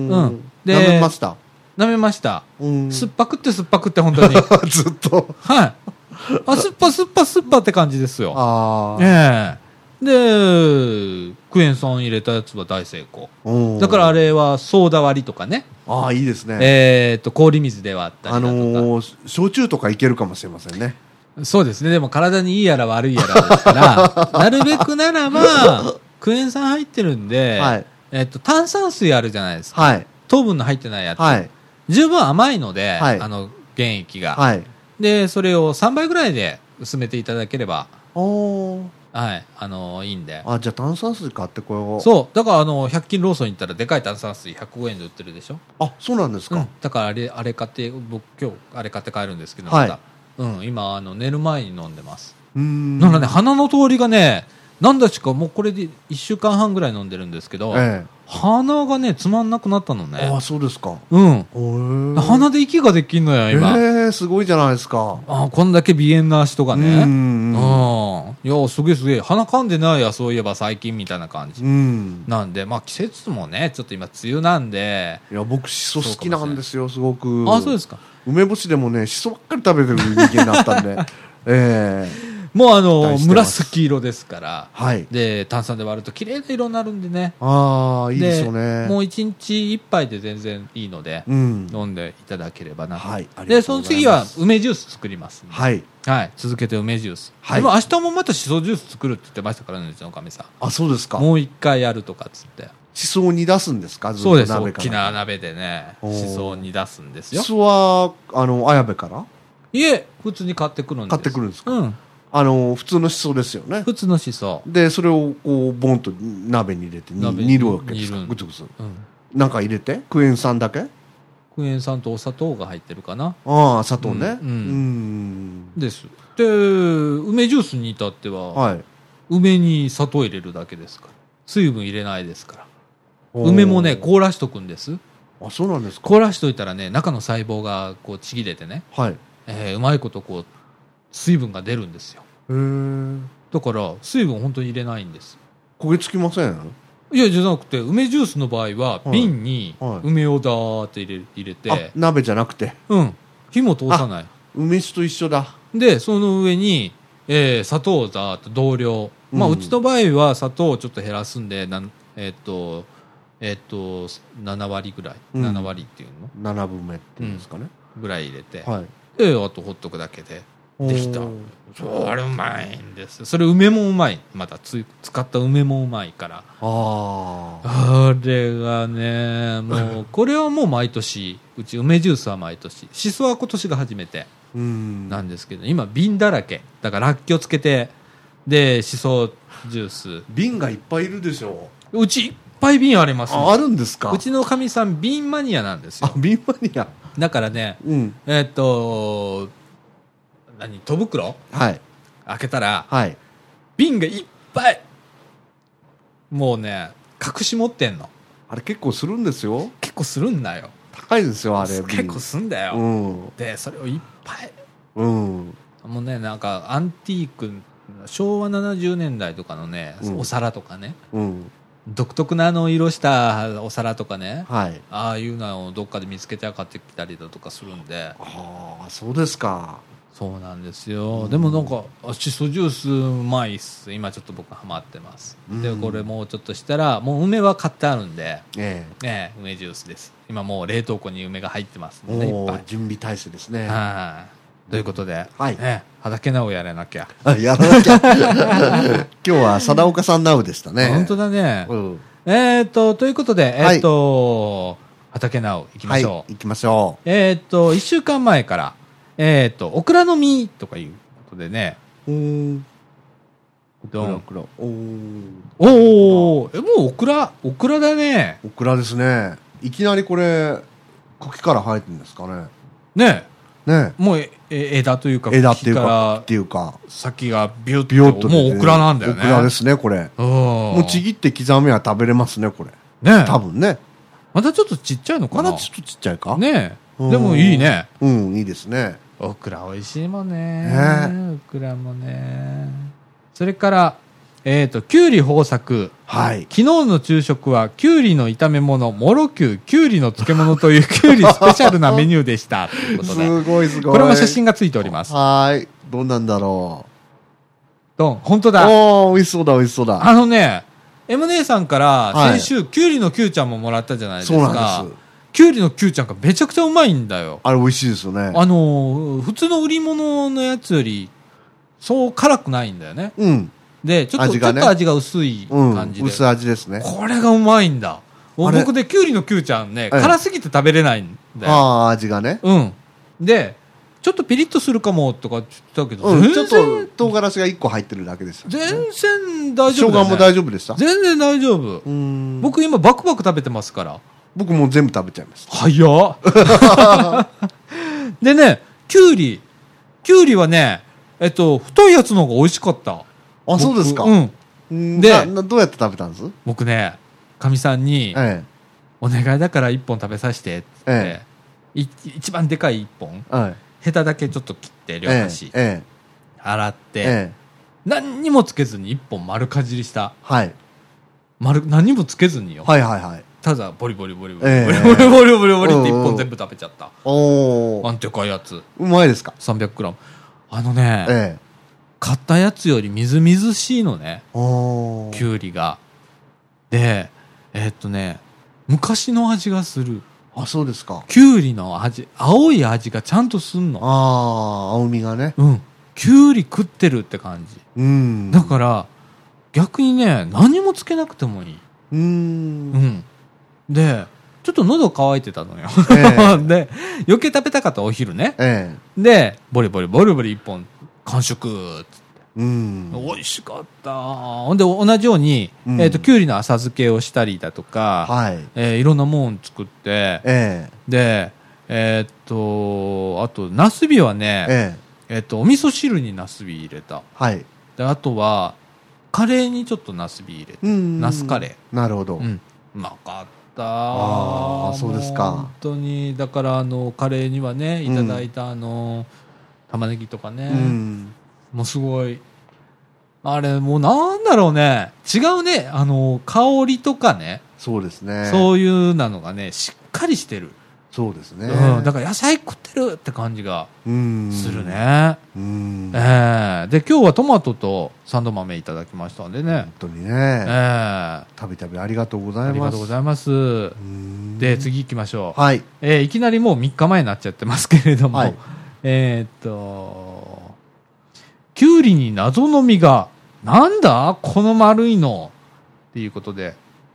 うん。で、舐めました。 舐めました。うん。酸っぱくって酸っぱくって本当に。 ずっと。 はい。あ、酸っぱ酸っぱ酸っぱって感じですよ。ああ。ええ。で、クエン酸入れたやつは大成功。だからあれはソーダ割りとかね。 ああ、いいですね。 えっと、氷水で割ったりだとか。あのー、焼酎とかいけるかもしれませんね。 そうですね。でも体にいいやら悪いやらですから、なるべくならば、クエン酸入ってるんで、はい、えっと、炭酸水あるじゃないですか。はい、糖分の入ってないやつ。はい、十分甘いので、はい、あの、原液が、はい。で、それをさんばいぐらいで薄めていただければ。おー。はい、あのー、いいんで。 あ、じゃあ炭酸水買ってこよう。 そう。だから、あの、ひゃく均ローソンに行ったらでかい炭酸水ひゃくごえんで売ってるでしょ。 あ、そうなんですか。うん、 だからあれ、あれ買って、僕今日あれ買って帰るんですけど、はい、また。うん、今、あの、寝る前に飲んでます。うん。なんかね、鼻の通りがね、なんだしかもうこれでいっしゅうかんはんぐらい飲んでるんですけど、ええ、鼻がね、つまんなくなったのね。 ああ、そうですか。 うん。鼻で息ができんのよ、今。 ええ、すごいじゃないですか。 ああ、こんだけ鼻炎な人がね。うん。いや、すげえすげえ。鼻かんでないや、そういえば最近みたいな感じ。うん。なんで、まあ季節もね、ちょっと今梅雨なんで。 いや、僕、シソ好きなんですよ、すごく。 ああ、そうですか。 梅干しでもね、シソばっかり食べてる人間になったんで。ええ。 もうあの紫色ですから、はい、で炭酸で割ると綺麗な色になるんでね。 ああ、いいですよね。 もう一日一杯で全然いいので、うん、飲んでいただければなと。はい、でその次は梅ジュース作りますんで、はい、はい、続けて梅ジュース。はい、でも明日もまたシソジュース作るって言ってましたからね、うちのおかみさん。 あ、そうですか。 もう一回やるとかっつって。 シソを煮出すんですか？ずっとそうです。大きな鍋でね、シソを煮出すんですよ。 シソはあの綾部から？ いえ、普通に買ってくるんです。 買ってくるんですか？ うん。 あの普通のシソですよね。 普通のシソでそれをこうボンと鍋に入れて煮るわけですか。ぐつぐつ。 なんか入れてクエン酸だけクエン酸とお砂糖が入ってるかな。 ああ砂糖ね、 うん、うん、ですで梅ジュースに至っては、はい、梅に砂糖入れるだけですから、水分入れないですから。梅もね凍らしとくんです。 あ、そうなんですか。 凍らしといたらね中の細胞がこうちぎれてね、はい、えー、うまいことこう水分が出るんですよ。へー。だから水分本当に入れないんです。 焦げつきません？ いやじゃなくて梅ジュースの場合は瓶に梅をダーって入れ、入れて、 あ、鍋じゃなくて、 うん火も通さない。 梅酒と一緒だ。 でその上に、えー、砂糖をダーッと同量、うん、まあうちの場合は砂糖をちょっと減らすんでなんえー、っとえー、っとなな割ぐらい、うん、なな割っていうのななぶんめっていうんですかね、 うん、ぐらい入れて、はい、であとほっとくだけでできた。それうまいんです。それ梅もうまい。またつ使った梅もうまいから。ああれがねもうこれはもう毎年うち梅ジュースは毎年、しそは今年が初めてなんですけど、今瓶だらけだかららっきょうつけてでしそジュース瓶がいっぱいいるでしょう。うちいっぱい瓶あります、ね、 あ, あるんですか。 うちのかみさん瓶マニアなんですよ。 あ、瓶マニアだからね、うん、えー、っと何戸袋、はい、開けたら、はい、瓶がいっぱいもうね隠し持ってんの。 あれ結構するんですよ。 結構するんだよ。 高いですよあれ。 結構するんだよ、うん、でそれをいっぱい、うん、もうねなんかアンティークしょうわななじゅうねんだいとかのね、うん、お皿とかね、うん、独特なあの色したお皿とかね、はい、ああいうのをどっかで見つけて買ってきたりだとかするんで。 ああそうですか。 そうなんですよ、うん、でもなんかしそジュースうまいっす。今ちょっと僕ハマってます、うん、でこれもうちょっとしたらもう梅は買ってあるんで、ええええ、梅ジュースです。今もう冷凍庫に梅が入ってますので、いっぱい準備体制ですね。 はい、ということで、はい、ね、畑ナウやらなきゃやらなきゃ今日は貞岡さんナウでしたね。 本当だね、うん、えー、っとということで、えー、っと、はい、畑ナウ行きましょう、はい、 行きましょう。 えー、っといっしゅうかんまえからえっとオクラの実とかいうことでね、おーオクラオクラおーおーえもうオクラオクラだね。 オクラですね。いきなりこれ茎から生えてるんですかね。 ねえねえもうえ枝というか枝っていうかっていうか先がビュッとビュッともうオクラなんだよね。 オクラですねこれ。もうちぎって刻めは食べれますねこれ。ね多分ね。 またちょっとちっちゃいのかな。 まだちょっとちっちゃいかねえでもいいね。 うんいいですね。 オクラ美味しいもんね、ね、オクラもね。それからえっ、ー、ときゅうり豊作、はい、昨日の昼食はきゅうりの炒め物もろきゅうきゅうりの漬物というきゅうりスペシャルなメニューでしたということですごいすごい。 これも写真がついております。 はいどうなんだろう。 ドン本当だ。 おー美味しそうだ美味しそうだ。 あのね M 姉さんから先週、はい、きゅうりのきゅうちゃんももらったじゃないですか。そうなんです。きゅうりのきゅうちゃんがめちゃくちゃうまいんだよ。 あれ美味しいですよね。 あの普通の売り物のやつよりそう辛くないんだよね。うんでちょっと味が、ね、ちょっと味が薄い感じで、 うん、薄味ですね。 これがうまいんだ。僕できゅうりのきゅうちゃんね、辛すぎて食べれないんだよ。 ああ味がね。 うんでちょっとピリッとするかもとか言ったけど、 うん、ちょっと唐辛子がいっこ入ってるだけですよ、ね、 全然大丈夫だよね。 生姜も大丈夫でした。 全然大丈夫。僕今バクバク食べてますから。 僕もう全部食べちゃいます。 早っでねきゅうりきゅうりはねえっと太いやつの方が美味しかった。 あそうですか。 うんでどうやって食べたんです？ 僕ねかみさんに、ええ、お願いだからいっぽん食べさせてって、ええ、い一番でかいいっぽん、はい、ヘタだけちょっと切って両端、ええ、洗って、ええ、何にもつけずにいっぽん丸かじりした、はい、丸何もつけずによ、はいはいはい、ただボリボリボリボリボリボリボリボリボリボリっていっぽん全部食べちゃった。おあんてかいやつうまいですか？ さんびゃくグラム あのね、ええ、買ったやつよりみずみずしいのねきゅうりが。でえー、っとね昔の味がする。 あそうですか。 きゅうりの味青い味がちゃんとすんの。 ああ青みがね。 うんきゅうり食ってるって感じ。うんだから逆にね何もつけなくてもいい。うんうんでちょっと喉乾いてたのよ、えー、で余計食べたかったお昼ね、えー、でボリボリボリボリいっぽん完食っつってうん、 美味しかった。ほんで同じように、うん、えっときゅうりの浅漬けをしたりだとか、はい、えー、いろんなもん作って、えー、でえー、っとあとナスビはね、えー、えー、っとお味噌汁にナスビ入れた。はい。であとはカレーにちょっとナスビ入れて、ナスカレー。 なるほど。 うん、うまかった。 ああ、そうですか。 本当にだからあのカレーにはねいただいたあの、うん、玉ねぎとかね、うん、もうすごいあれもうなんだろうね、違うね、あの香りとかね、 そうですね、 そういうなのがねしっかりしてる。 そうですね、 うん、だから野菜食ってるって感じがするね。うん、えー、で今日はトマトとサンド豆いただきましたんでね、 本当にね、えー、たびたびありがとうございます。ありがとうございます。で次行きましょう。 はい、 えー、いきなりもうみっかまえになっちゃってますけれども、はい、えー、っときゅうりに謎の実が、なんだこの丸いのっていうことで、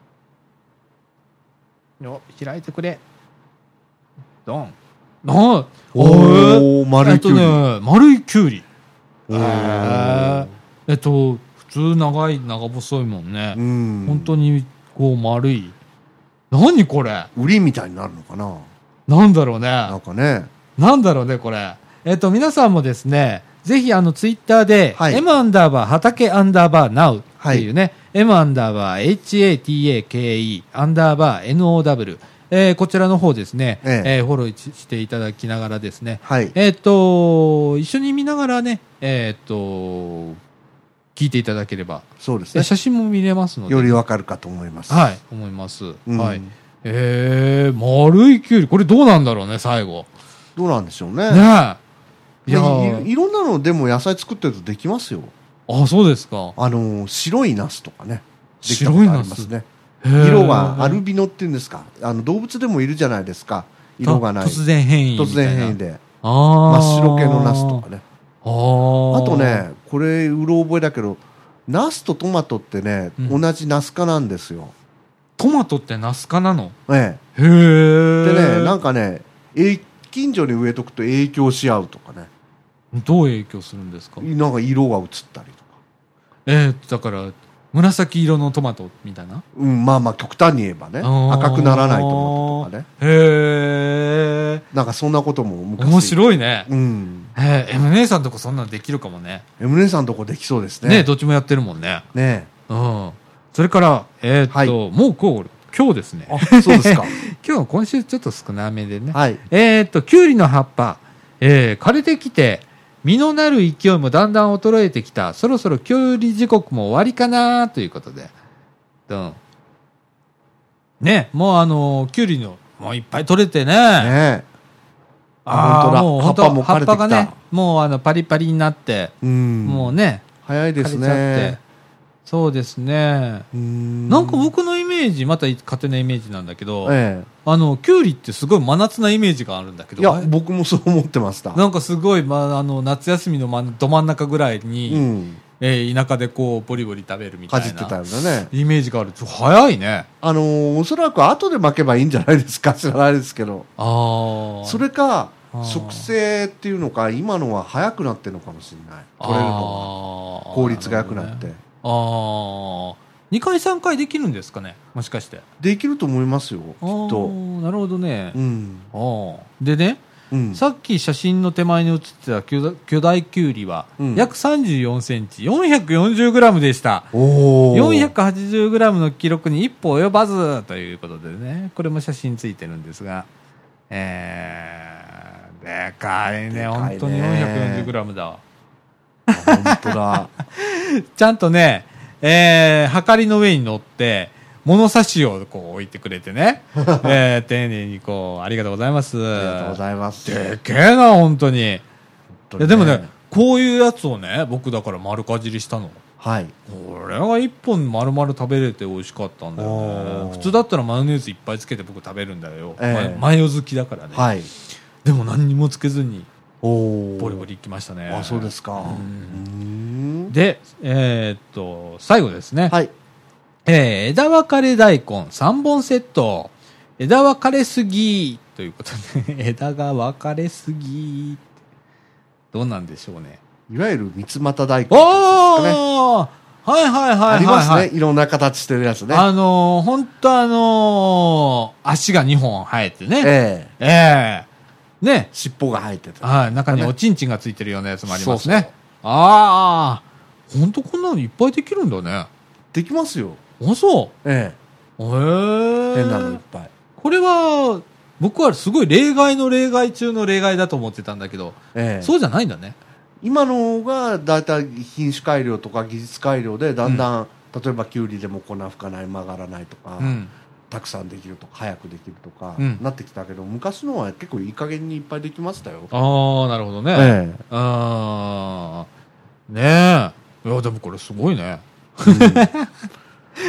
よ開いてくれ、ドン。あおー、丸いきゅうり。 えっとね、丸いきゅうり。えー、えっと、普通長い、長細いもんね。うん。本当に、こう、丸い。何これ。 ウリみたいになるのかな。 なんだろうね。 なんかね。 なんだろうね、これ。えっと、皆さんもですね、ぜひ、あの、ツイッターで、はい、M アンダーバー、畑アンダーバー、ナウっていうね、はい、M アンダーバー、HATAKE アンダーバー、ノー。えー、こちらの方ですね、えええー、フォローしていただきながらですね、はい、えっ、ー、と一緒に見ながらね、えっ、ー、と聞いていただければ、 そうですね、 写真も見れますので、 よりわかるかと思います。 はい、思います。うん、はい。えー、丸いきゅうり、これどうなんだろうね、最後。 どうなんでしょうね。 ねえ。いやい、いろんなのでも野菜作ってるとできますよ。 あ、そうですか。 あの白いナスとかね、できたことありますね。色がアルビノっていうんですか、あの動物でもいるじゃないですか、色がない、 突然変異みたいな、 突然変異で真っ白系のナスとかね。あ, あとね、これうろ覚えだけど、ナスとトマトってね、うん、同じナス科なんですよ。 トマトってナス科なの？ ええ。 へえ。 でね、なんかね、近所に植えとくと影響し合うとかね。 どう影響するんですか？ なんか色が移ったりとか。 ええ、だから紫色のトマトみたいな、 うん、まあまあ極端に言えばね、赤くならないトマトとかね。 へえ。 なんかそんなことも昔。 面白いね。 うん。 へえ、エム 姉さんとこそんなのできるかもね。 エム 姉さんとこできそうですね。 ね、どっちもやってるもんね。 ね。 うん。それからえー、っと、はい、もうこう今日ですね。 あ、そうですか。 今日は今週ちょっと少なめでね。 はい。 えー、っときゅうりの葉っぱ、えー、枯れてきて。実のなる勢いもだんだん衰えてきた。そろそろきゅうり時刻も終わりかなということで。うん。ね、もうあのー、きゅうりの、もういっぱい取れてね。 ねあ、本当だ。もう葉っぱも枯れてきた。葉っぱがね、もうあの、パリパリになって、うん、もうね。 早いですね。 そうですね。んなんか僕のイメージ、また勝手なイメージなんだけど、ええ、あのきゅうりってすごい真夏なイメージがあるんだけど、 いや僕もそう思ってました。 なんかすごい、まあ、あの夏休みの真ど真ん中ぐらいに、うん、えー、田舎でこうボリボリ食べるみたいなかじってたよねイメージがある。早いね。 あのー、おそらく後で巻けばいいんじゃないですか、知らないですけど。あそれか植生っていうのか、今のは早くなってるのかもしれない。取れるのが効率が良くなって。ああ、にかいさんかいできるんですかね、もしかして。 できると思いますよ、きっと。 なるほどね。うん、あでね、うん、さっき写真の手前に写ってた巨大きゅうりは、うん、約さんじゅうよんセンチ、よんひゃくよんじゅうグラムでした。およんひゃくはちじゅうグラムの記録に一歩及ばずということでね、これも写真ついてるんですが、えー、でかいね、本当に よんひゃくよんじゅうグラム だ。 本当だ。 ちゃんとね、えー、はかりの上に乗って物差しをこう置いてくれてね、えー、丁寧にこうありがとうございます。 ありがとうございます。 でけえな本当に。本当にね、いやでもね、こういうやつをね、僕だから丸かじりしたの。はい。これが一本丸々食べれて美味しかったんだよね。普通だったらマヨネーズいっぱいつけて僕食べるんだよ。えー、マヨ好きだからね。はい。でも何にもつけずに。ボリボリいきましたね。 あ、そうですか。 うんで、えー、っと最後ですね。はい。えー、枝分かれ大根さんぼんセット。枝分かれすぎということで枝が分かれすぎ。どうなんでしょうね。 いわゆる三つ股大根ですかね。 ああ、はいはいはいはい、はい。 ありますね。いろんな形してるやつね。 あのー、ほんとあのー、足がにほん生えてね。ええ。ええ。ね。 尻尾が生えてて。 はい。中におちんちんがついてるようなやつもありますね。そうそう。ああ、ほんとこんなのいっぱいできるんだね。 できますよ。 あ、そう。 ええ。へえ。 変なのいっぱい。 これは、僕はすごい例外の例外中の例外だと思ってたんだけど、ええ、そうじゃないんだね。 今のがだいたい品種改良とか技術改良でだんだん、うん、例えばキュウリでも粉吹かない曲がらないとか、うん、たくさんできるとか早くできるとか、うん、なってきたけど昔のは結構いい加減にいっぱいできましたよ。 ああなるほどね、ええ、あねえいやでもこれすごいね、うん、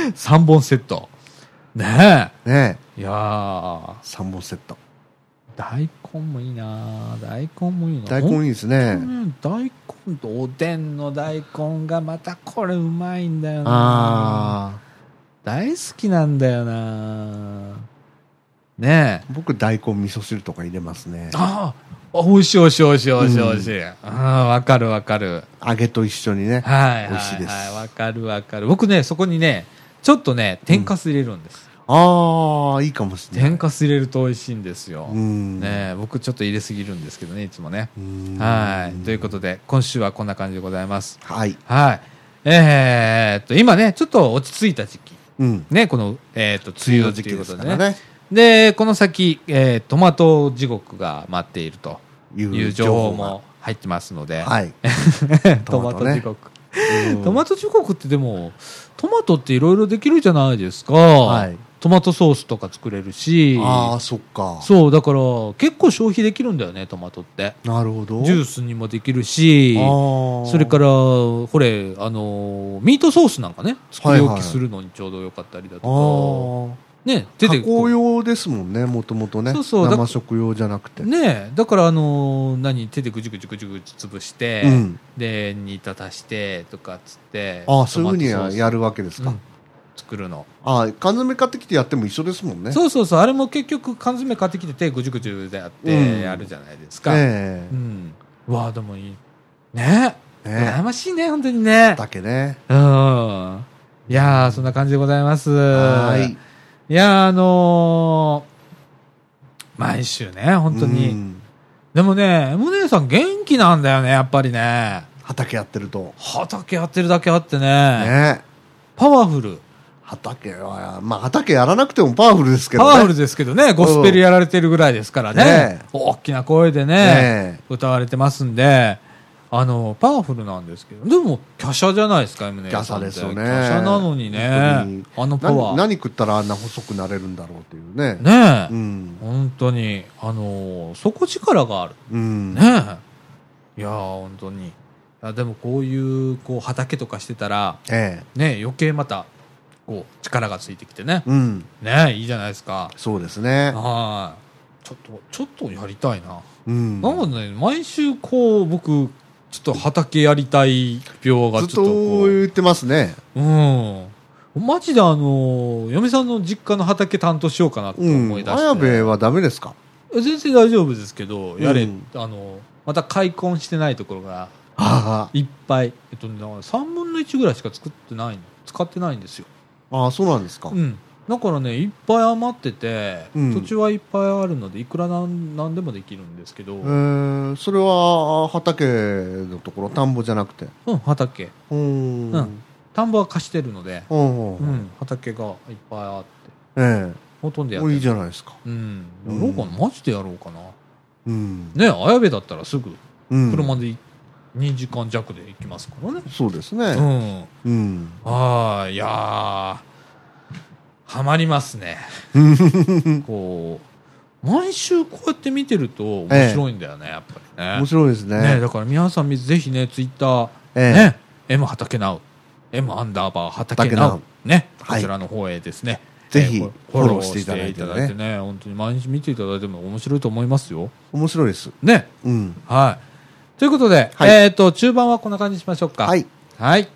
さんぼんセットねえねえいやーさんぼんセット大根もいいな大根もいいな大根いいですね大根とおでんの大根がまたこれうまいんだよなあ大好きなんだよなねえ僕大根味噌汁とか入れますねああ美味しい美味しい美味しい美味しい美味しい、うん、ああわかるわかる揚げと一緒にねはいはい、はい、 美味しいですわかるわかる僕ねそこにねちょっとね天かす入れるんです、うんああいいかもしれない天かす入れると美味しいんですよ、ね、僕ちょっと入れすぎるんですけどねいつもねはいということで今週はこんな感じでございますはいはいえー、っと今ねちょっと落ち着いた時期、 うん、 ねこの、えー、っと梅雨の時期ですからねでこの先、えー、トマト地獄が待っているという情報も入ってますので、 はい、 トマト地獄トマト地獄ってでもトマトっていろいろできるじゃないですか、はい、トマトソースとか作れるしああそっかそうだから結構消費できるんだよねトマトってなるほどジュースにもできるしそれからほれあのミートソースなんかね作り置きするのにちょうどよかったりだとか、はいはいね、 加工用ですもんねもともとねそうそう生食用じゃなくてねだからあのー、何手でぐじゅぐじゅぐじゅぐじゅ潰して、うん、で煮立たしてとかっつってああそういうふうにやるわけですか、うん、 作るのああ缶詰買ってきてやっても一緒ですもんねそうそうそうあれも結局缶詰買ってきて手ぐじゅぐじゅでやってやるじゃないですか、うんえーうん、うわでもいいねえ羨ましいね本当にねだけねうんいやーそんな感じでございますはいいやあのー、毎週ね本当に、うん、でもね エム 姉さん元気なんだよねやっぱりね畑やってると畑やってるだけあってねねパワフル畑はまあ畑やらなくてもパワフルですけどねパワフルですけどねゴスペルやられてるぐらいですからね、ね大きな声でね、ね歌われてますんであのパワフルなんですけどでも華奢じゃないですか エム 姉さんって華奢ですよね華奢なのにねあのパワー何, 何食ったらあんな細くなれるんだろうっていうねねえ、うん、本当にあの底力がある、うん、ねえいや本当にいやでもこういうこう畑とかしてたら、ええね、余計またこう力がついてきてね、うん、ねいいじゃないですかそうですねはいちょっとちょっとやりたいな、うん、なのでね毎週こう僕ちょっと畑やりたい病がちょっとずっと言ってますねうんマジであの嫁さんの実家の畑担当しようかなと思い出して、 綾部はダメですか全然大丈夫ですけどやれ、うん、あのまた開墾してないところがいっぱい、えっと、さんぶんのいちぐらいしか作ってない使ってないんですよああそうなんですか、 うん、だからねいっぱい余ってて、うん、土地はいっぱいあるのでいくらなんなんでもできるんですけど、えー、それは畑のところ田んぼじゃなくてうん畑うん、うん、田んぼは貸してるので、うんうん、畑がいっぱいあって、えー、ほとんどやってるいいじゃないですか、 うん、やろうかなマジでやろうかな、うん、ね綾部だったらすぐ車でにじかん弱で行きますからねそうですねうん、うん、 ああいやーハマりますねこう毎週こうやって見てると面白いんだよね、ええ、やっぱりね面白いです ね, ねだから皆さんぜひねツイッター、ええね、M 畑ナウ M アンダーバー畑ナウね、はい、こちらの方へですねぜひフォローしていただいて ね, いてね本当に毎日見ていただいても面白いと思いますよ面白いですね、うん、はいということで、はい、えっ、ー、と中盤はこんな感じにしましょうかはいはい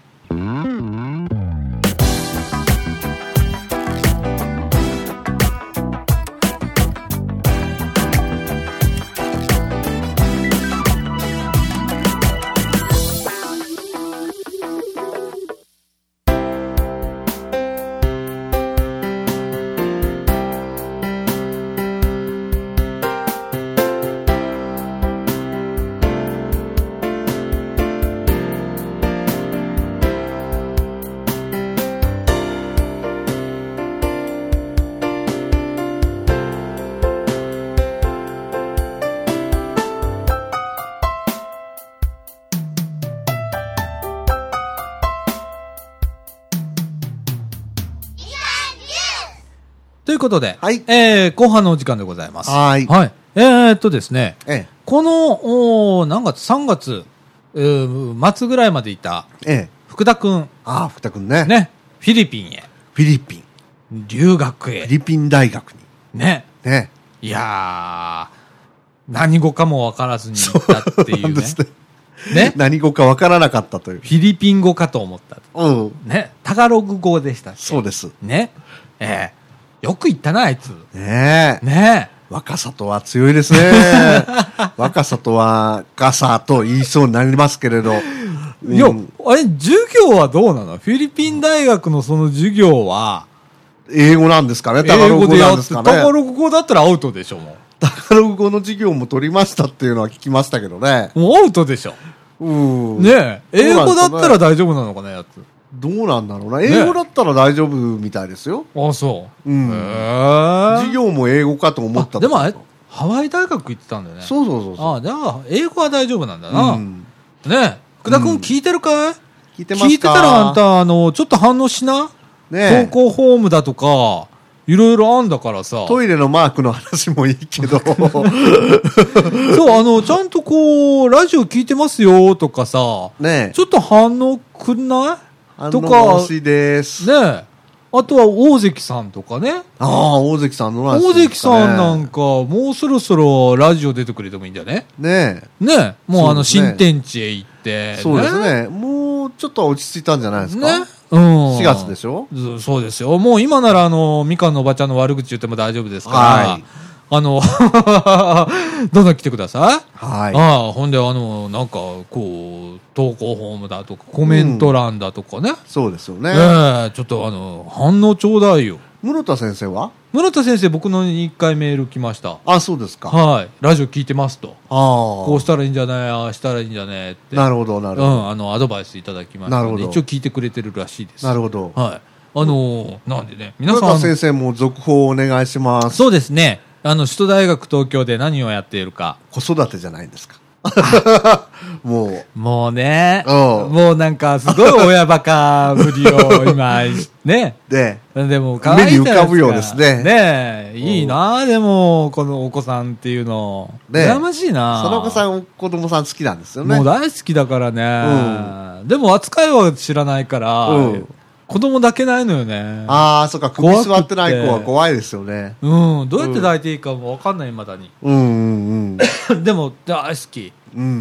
ということで、はい、えー、後半のお時間でございます。 はい。 はい。えー、っとですね、ええ、この、お何月 ?さんがつ、えー、末ぐらいまでいた、ええ、福田くん。 ああ、福田くんね。 ね。フィリピンへ。 フィリピン。 留学へ。 フィリピン大学に。 ね。 ね。 いやー、何語かもわからずに行ったっていうね。そうですね。ね。 何語かわからなかったという。 フィリピン語かと思った。 うん。 ね。タガログ語でしたっけ。 そうです。 ね。ええー、よく言ったな、あいつ。 ねえ。 ねえ。 若さとは強いですね。若さとは、ガサと言いそうになりますけれど。 うん、いや、あれ、授業はどうなの？フィリピン大学のその授業は、 英語なんですかね？タガログ語なんですかね？ タガログ語だったらアウトでしょ、もう。 タガログ語の授業も取りましたっていうのは聞きましたけどね。 もうアウトでしょ。うん。ねえ。英語だったら大丈夫なのかな、やつ。 どうなんだろうな。英語だったら大丈夫みたいですよ。 ああ、そう。 うん。へえ。授業も英語かと思った。 でもあれ、ハワイ大学行ってたんだよね。 そうそうそうそう。 ああ、じゃあ、英語は大丈夫なんだな。うん、ねえ。福田くん聞いてるかい？ 聞いてますか？ 聞いてたらあんた、あの、ちょっと反応しな。ねえ。投稿フォームだとか、いろいろあんだからさ。 トイレのマークの話もいいけど。そう、 あの、ちゃんとこう、ラジオ聞いてますよとかさ。ねえ。ちょっと反応くんないとか。 欲しいです。 ねえ。あとは大関さんとかね。 ああ、大関さんのラジオ、ね。大関さんなんか、もうそろそろラジオ出てくれてもいいんじゃね？ ねえ。ねえ。もうあの、新天地へ行って、ね。 そうですね。もうちょっと落ち着いたんじゃないですか。ね。うん。しがつでしょ？ そうですよ。もう今ならあの、みかんのおばちゃんの悪口言っても大丈夫ですから。はい。あの、どんどん来てください。はい。ああ、ほんで、あの、なんか、こう、投稿フォームだとか、コメント欄だとかね。うん、 そうですよね。 ええー、ちょっとあの、反応ちょうだいよ。 室田先生は？ 室田先生、僕のにいっかいメール来ました。 あ、そうですか。 はい。ラジオ聞いてますと。ああ。こうしたらいいんじゃない、ああしたらいいんじゃねって。 なるほど、なるほど。 うん、あの、アドバイスいただきました。なるほど。一応聞いてくれてるらしいです。 なるほど。 はい。あのー、なんでね、皆さん。 室田先生も続報をお願いします。 そうですね。あの、首都大学東京で何をやっているか。 子育てじゃないんですか。もう。 もうね。もうなんか、すごい親バカぶりを今、ね。 で、 でも、可愛い目に浮かぶようですね。 ねいいなでも、このお子さんっていうの。ね羨ましいなそのお子さん、子供さん好きなんですよね。 もう大好きだからね。でも、扱いは知らないから、子供抱けないのよね。 ああ、そっか、首座ってない子は怖いですよね。 うん、どうやって抱いていいかもわかんない、まだに。 うんうんうん。でも、大好き。うん。うん。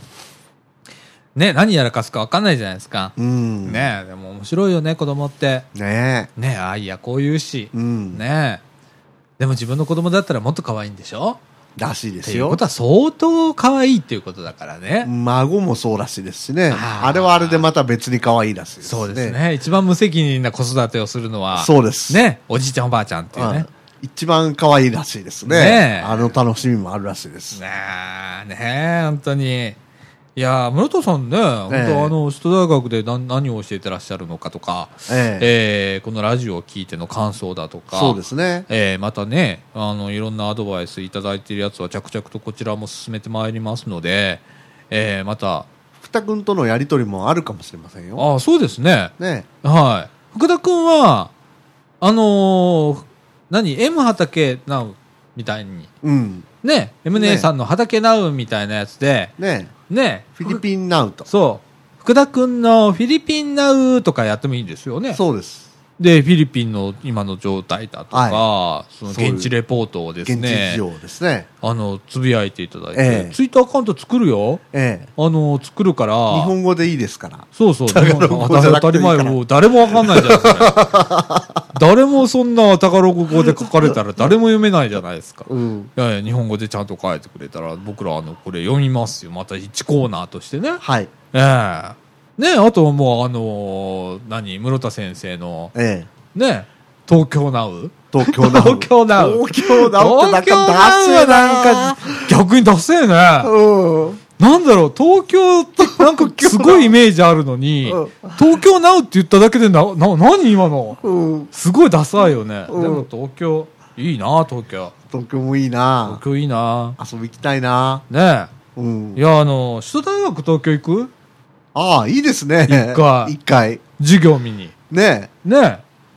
ね、何やらかすかわかんないじゃないですか。うん。ねでも面白いよね、子供って。ねねあいや、こう言うし。うん。ねでも自分の子供だったらもっと可愛いんでしょ？ らしいですよ。 っていうことは相当可愛いっていうことだからね。 孫もそうらしいですしね。あ, あれはあれでまた別に可愛いらしいですね。 そうですね。一番無責任な子育てをするのは。 そうです。 ね。おじいちゃんおばあちゃんっていうね。 一番可愛いらしいですね。ねあの楽しみもあるらしいです。 ねえ、ねえ、本当に。いや室戸さんね、えー、本当あの首都大学で何何を教えてらっしゃるのかとか、えーえー、このラジオを聞いての感想だとか、 そうですね。 えー、またね、あのいろんなアドバイスいただいているやつは着々とこちらも進めてまいりますので、えー、また福田君とのやり取りもあるかもしれませんよ。 ああ、そうですね。 ね、 はい。福田君はあのー、何 M 畑ナウみたいに、うん、ね、M 姉さんの畑ナウみたいなやつで、 ね。 ねフィリピンナウと。 そう。福田くんのフィリピンナウとかやってもいいんですよね。 そうです。 で、フィリピンの今の状態だとか、はい、その現地レポートをですね、 現地事情ですね。 あの、つぶやいていただいて、ええ、ツイッターアカウント作るよ。ええ。あの、作るから。 日本語でいいですから。 そうそう。タガログ語じゃなくていいから。当たり前、もう誰もわかんないじゃないですか。誰もそんなタガログ語で書かれたら誰も読めないじゃないですか。うん、いやいや、日本語でちゃんと書いてくれたら、僕らあの、これ読みますよ。またいちコーナーとしてね。 はい。 ええね、あともうあのー、何、室田先生の、ええ。ね、東京ナウ東京ナウ東京ナウ東京ナウってなんかダセえなんか逆にダセえね。うん。なんだろう、東京ってなんかすごいイメージあるのに、東京ナウって言っただけでな、な、何今の、うん、すごいダサいよね。うん、でも東京、いいな東京。 東京もいいな東京いいな遊び行きたいなねえ。うん。いや、あの、首都大学東京行く？ ああ、いいですね。 一回。 一回。 授業見に。 ねえ。ねえ。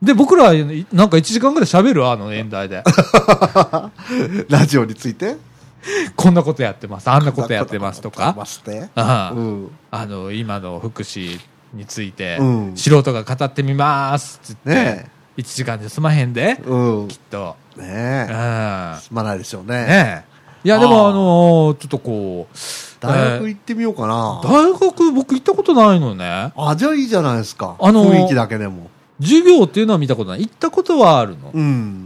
で、僕らはなんかいちじかんぐらい喋るあの演題で。 ラジオについてこんなことやってます、あんなことやってますとか。 あ、 うん、あの、今の福祉について、うん、素人が語ってみますっつって、ね、いちじかんで済まへんで、うん、きっと。 ねえ。うん、済まないでしょうね。 ねえ。いや、でもあのー、ちょっとこう、 大学行ってみようかな。 えー、大学僕行ったことないのね。 あ、じゃあいいじゃないですか。あのー、雰囲気だけでも。 授業っていうのは見たことない。行ったことはあるの。うん。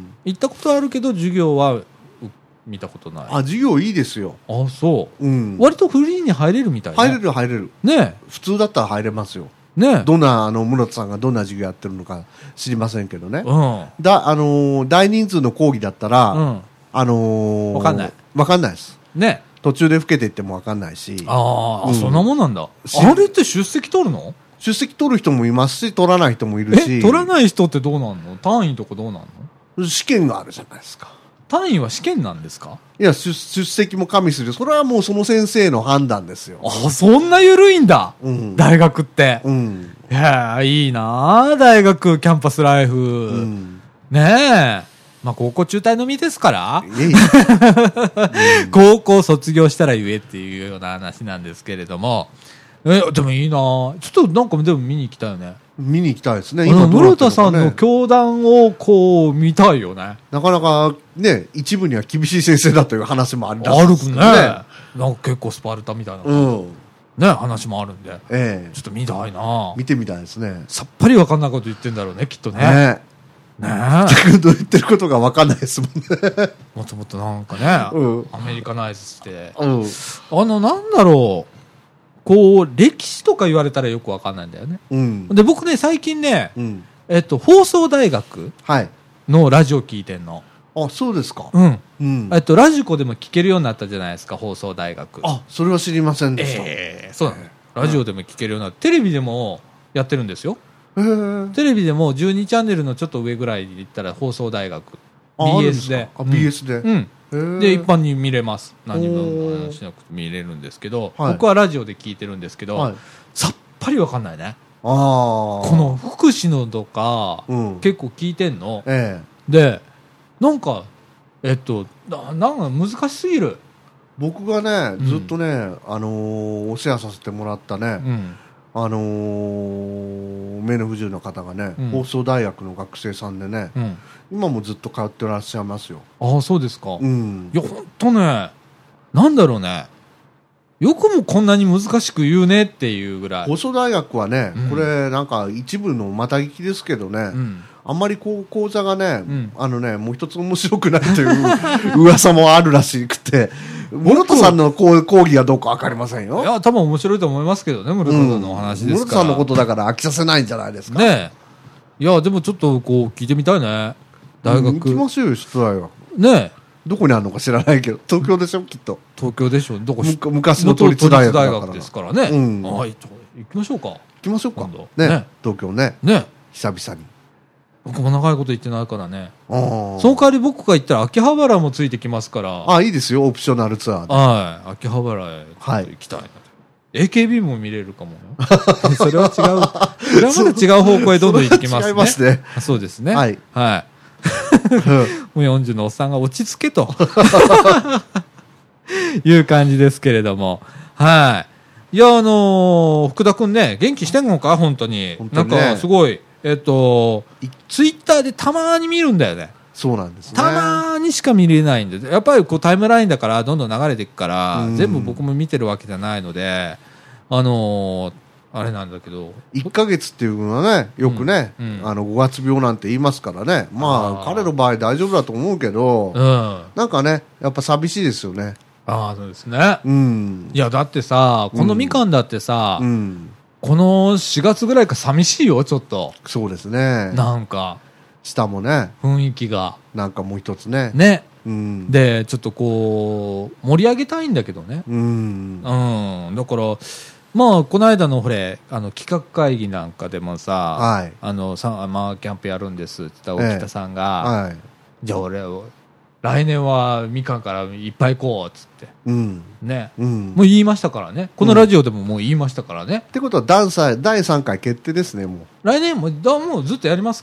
行ったことはあるけど、授業は見たことない。 あ、授業いいですよ。 あ、そう。うん。割とフリーに入れるみたいな、 ね。入れる入れる。ね。普通だったら入れますよ。ね。どんな、あの、室田さんがどんな授業やってるのか知りませんけどね。うん。だ、あのー、大人数の講義だったら、うん。あのー、 わかんない。 わかんないです。 ね。 途中で老けていってもわかんないし。 ああ、うん、そんなもんなんだ。あれって出席取るの？ 出席取る人もいますし、取らない人もいるし。 え、取らない人ってどうなんの？単位とかどうなんの？試験があるじゃないですか。 単位は試験なんですか？ いや、出, 出席も加味する。それはもうその先生の判断ですよ。 あ、そんな緩いんだ。うん、大学って。うん。いや、いいなぁ、大学、キャンパスライフ。うん、ねえ。まあ、高校中退の身ですから。高校卒業したら言えっていうような話なんですけれども。え、でもいいなぁ。ちょっとなんかでも見に行きたいよね。 見に行きたいですね。今、 室田さんの教団をこう見たいよね。 なかなかね、一部には厳しい先生だという話もあるらしいですね。あるね。なんか結構スパルタみたいな。うん。ね、話もあるんで。ええ。ちょっと見たいなぁ。 見てみたいですね。 さっぱりわかんないこと言ってんだろうね、きっとね。ねねえ。どう言ってることが分かんないですもんね。 もっともっとなんかね、うん、アメリカナイズして、うん、あの、なんだろう、こう、歴史とか言われたらよく分かんないんだよね。うん、で、僕ね、最近ね、うん、えっと、放送大学のラジオ聞いてんの。 あ、そうですか。 うん。うん、えっと、ラジコでも聞けるようになったじゃないですか、放送大学。 あ、それは知りませんでした。 えー、そうなの、ね。ラジオでも聞けるようになって、テレビでもやってるんですよ。テレビでもじゅうにチャンネルのちょっと上ぐらいで言ったら放送大学 ビーエス であ ビーエス で、 うん、で一般に見れます。何もしなくて見れるんですけど、僕はラジオで聞いてるんですけど、はい、さっぱりわかんないね。あこの福祉のとか、うん、結構聞いてんの、ええ、でなんかえっとななんか難しすぎる。 僕がねずっとね、うん、あのー、お世話させてもらったね、うんあのー、目の不自由な方がね、うん、放送大学の学生さんでね、うん、今もずっと通ってらっしゃいますよ。 ああ、そうですか。うん、いや、ほんとね、なんだろうね、よくもこんなに難しく言うねっていうぐらい。 放送大学はね、うん、これなんか一部のまた聞きですけどね、うん、あんまりこう講座がね、うん、あのね、もう一つ面白くないという噂もあるらしくて、室田さんの講義はどうか分かりませんよ。 いや、多分面白いと思いますけどね、室田さんのお話ですから。室田さんのことだから飽きさせないんじゃないですか。 ねえ。いや、でもちょっとこう聞いてみたいね。大学。 行きましょうよ、出題は。 ねえ。 どこにあるのか知らないけど、東京でしょ、きっと。 東京でしょ。どこ昔の都立大学だからですからね。うん。はい、行きましょうか。行きましょうか。ね、東京ね。ね。久々に。 僕も長いこと言ってないからね。その代わり僕が行ったら秋葉原もついてきますから。 ああ、いいですよ、オプショナルツアーで。 はい。秋葉原へ行きたいなと。エーケービー も見れるかも。それは違う。それはまた違う方向へどんどん行ってきますね。違いますね。そうですね。はい。はい。もうよんじゅうのおっさんが落ち着けと。いう感じですけれども。はい。いや、あのー、福田くんね、元気してんのか本当に。本当にね、なんかすごい。えっと、ツイッターでたまに見るんだよね。 そうなんですね。 たまにしか見れないんで、やっぱりこうタイムラインだからどんどん流れていくから、全部僕も見てるわけじゃないので、あのー、あれなんだけど。 いっかげつっていうのはね、よくね、うんうん、あのごがつ病なんて言いますからね。まあ、彼の場合大丈夫だと思うけど、うん、なんかね、やっぱ寂しいですよね。 ああ、そうですね。うん。いや、だってさ、このみかんだってさ、うんうんこのしがつぐらいか寂しいよ、ちょっと。 そうですね。 なんか。 下もね。 雰囲気が。 なんかもう一つね。 ね。うん、で、ちょっとこう、盛り上げたいんだけどね。うん。うん。だから、まあ、この間のほれ、あの、企画会議なんかでもさ、はい、あの、さまあ、キャンプやるんですって言った沖田さんが、ええはい、じゃあ俺、来年はみかんからいっぱい行こうっつって、うんねうん、もう言いましたからね。このラジオでももう言いましたからね。 ってことはだいさんかい決定ですね。もう来年もだもうずっとやりますから。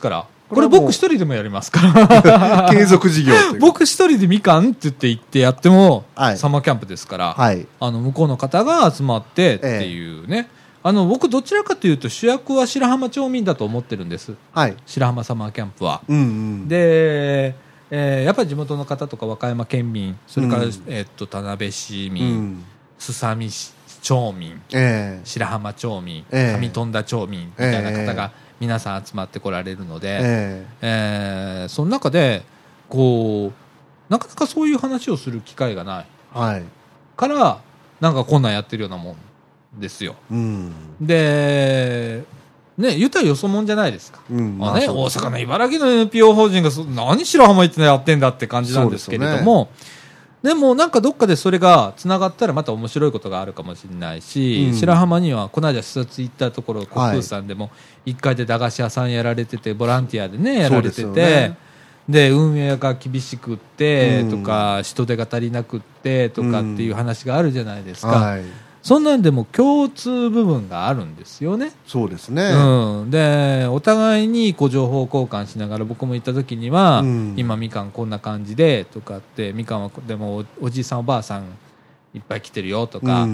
これ僕一人でもやりますから継続事業僕一人でみかんって言って行ってやっても、はい、サマーキャンプですから、はい、あの向こうの方が集まってっていうね、えー、あの僕どちらかというと主役は白浜町民だと思ってるんです、はい、白浜サマーキャンプは、うんうん、で、えー、やっぱり地元の方とか和歌山県民それから、うんえー、っと田辺市民すさみ町民、えー、白浜町民、えー、上富田町民みたいな方が、えー皆さん集まってこられるので、えーえー、その中でこうなかなかそういう話をする機会がない、はい、からなんかこんなんやってるようなもんですよ、うん、でね言ったらよそもんじゃないですか、うんまあね、大阪の茨城の エヌピーオー 法人が何白浜行ってやってんだって感じなんですけれどもでもなんかどっかでそれがつながったらまた面白いことがあるかもしれないし、うん、白浜にはこの間視察行ったところ国空さんでもいっかいで駄菓子屋さんやられててボランティアでねやられてて で,、ね、で運営が厳しくってとか、うん、人手が足りなくってとかっていう話があるじゃないですか、うんはい、そんなんでも共通部分があるんですよね。そうですね、うん、でお互いにこう情報交換しながら僕も行った時には、うん、今みかんこんな感じでとかってみかんはでも お, おじいさんおばあさんいっぱい来てるよとか、うん、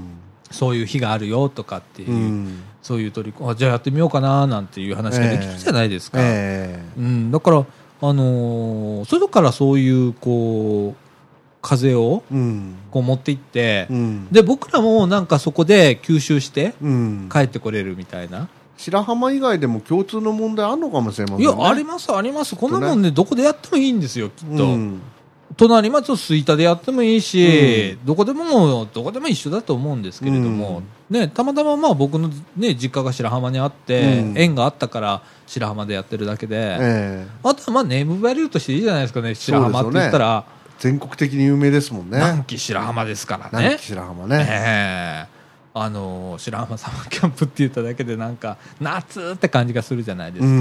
そういう日があるよとかっていう、うん、そういう取り組みじゃあやってみようかななんていう話ができるじゃないですか、えーえーうん、だから、あのー、外からそういうこう風をこう持っていって、うん、で僕らもなんかそこで吸収して帰ってこれるみたいな、うん、 白浜以外でも共通の問題あるのかもしれませんね。 いやありますありますこんなもんねどこでやってもいいんですよきっと、うん、隣町の吹田でやってもいいし、うん、どこでもどこでも一緒だと思うんですけれども、うんね、たまたままあ僕の、ね、実家が白浜にあって、うん、縁があったから白浜でやってるだけで、えー、あとはまあネームバリューとしていいじゃないですかね白浜って言ったら全国的に有名ですもんね。 南紀白浜ですからね。 南紀白浜ね。 えー、あの白浜サマーキャンプって言っただけでなんか夏って感じがするじゃないですか。うん、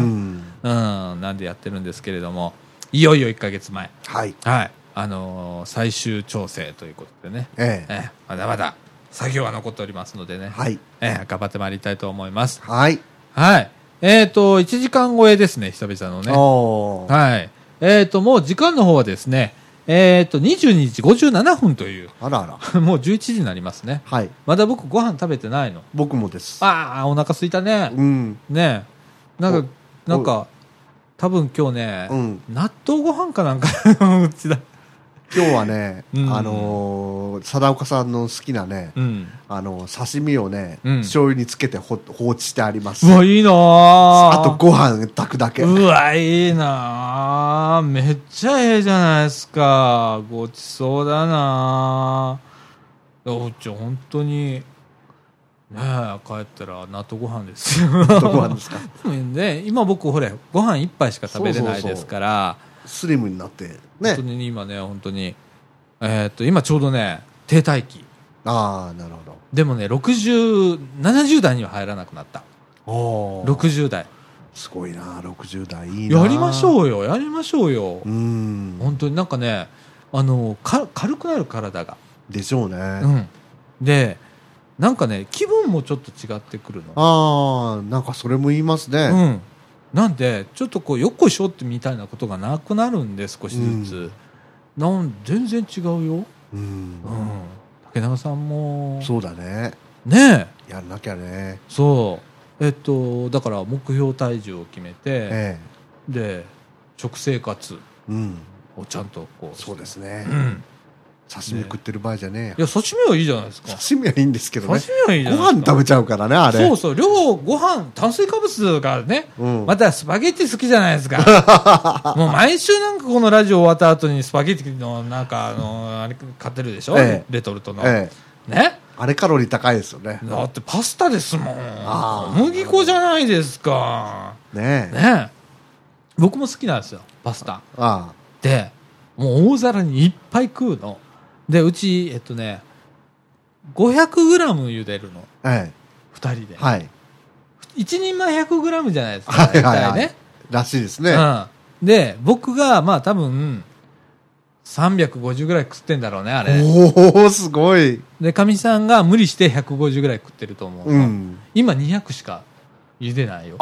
うん、なんでやってるんですけれども、いよいよいっかげつまえ、はい、はい、あのー、最終調整ということでね、えーえー、まだまだ作業は残っておりますのでね、はい、えー、頑張ってまいりたいと思います。はい、はい、えっといちじかん超えですね久々のね。はい、えっともう時間の方はですね。えー、とにじゅうにじごじゅうななふんというあらあらもうじゅういちじになりますね、はい、まだ僕ご飯食べてないの。 僕もです。 ああお腹空いたね、うん、ねなんかなんか多分今日ね、うん、納豆ご飯かなんかうちだ今日はね、うん、あのー、貞岡さんの好きなね、うん、あのー、刺身をね、うん、醤油につけてほ放置してあります。 うわいいなあとご飯炊くだけ。 うわいいなあめっちゃええじゃないですか。ごちそうだなあ。おっちゃん本当にねえ帰ったら納豆ご飯ですよ。納豆ご飯ですか。ね今僕ほれご飯一杯しか食べれないですから。そうそうそうスリムになってね。 本当に今ね本当にえー、っと今ちょうどね停滞期。 ああなるほど。 でもねろくじゅう、ななじゅう代には入らなくなった。おろくじゅう代すごいな。ろくじゅう代いいな。 やりましょうよやりましょうよ。うん本当になんかねあのか軽くなる体がでしょうね。 うんでなんかね気分もちょっと違ってくるの。 ああなんかそれも言いますね。 うんなんでちょっとこうよっこいしょってみたいなことがなくなるんで少しずつ、うん、なん全然違うよ、うんうん、竹中さんもそうだねねえやんなきゃね。 そうえっとだから目標体重を決めて、ええ、で食生活をちゃんとこう、 そうですね、うん刺身食ってる場合じゃねえよ。 いや刺身はいいじゃないですか。 刺身はいいんですけどね。 刺身はいいじゃないですか。 ご飯食べちゃうからねあれ。 そうそう量ご飯炭水化物がね、うん、またスパゲッティ好きじゃないですか。もう毎週なんかこのラジオ終わった後にスパゲッティのなんかあのあれ買ってるでしょ、ええ、レトルトの、ええ、ねあれカロリー高いですよね。 だってパスタですもん。小麦粉じゃないですかねえねえ僕も好きなんですよパスタ。ああでもう大皿にいっぱい食うのでうちえっとねごひゃくグラム茹でるの、はい、ふたりで、はい、いちにんまえひゃくグラムじゃないですか、はいはいはいね、 らしいですね、 うん、で僕がまあ多分さんびゃくごじゅうぐらい食ってんだろうねあれ。 おおすごい。 でかみさんが無理してひゃくごじゅうぐらい食ってると思う、うん、今にひゃくしか茹でないよ。 あ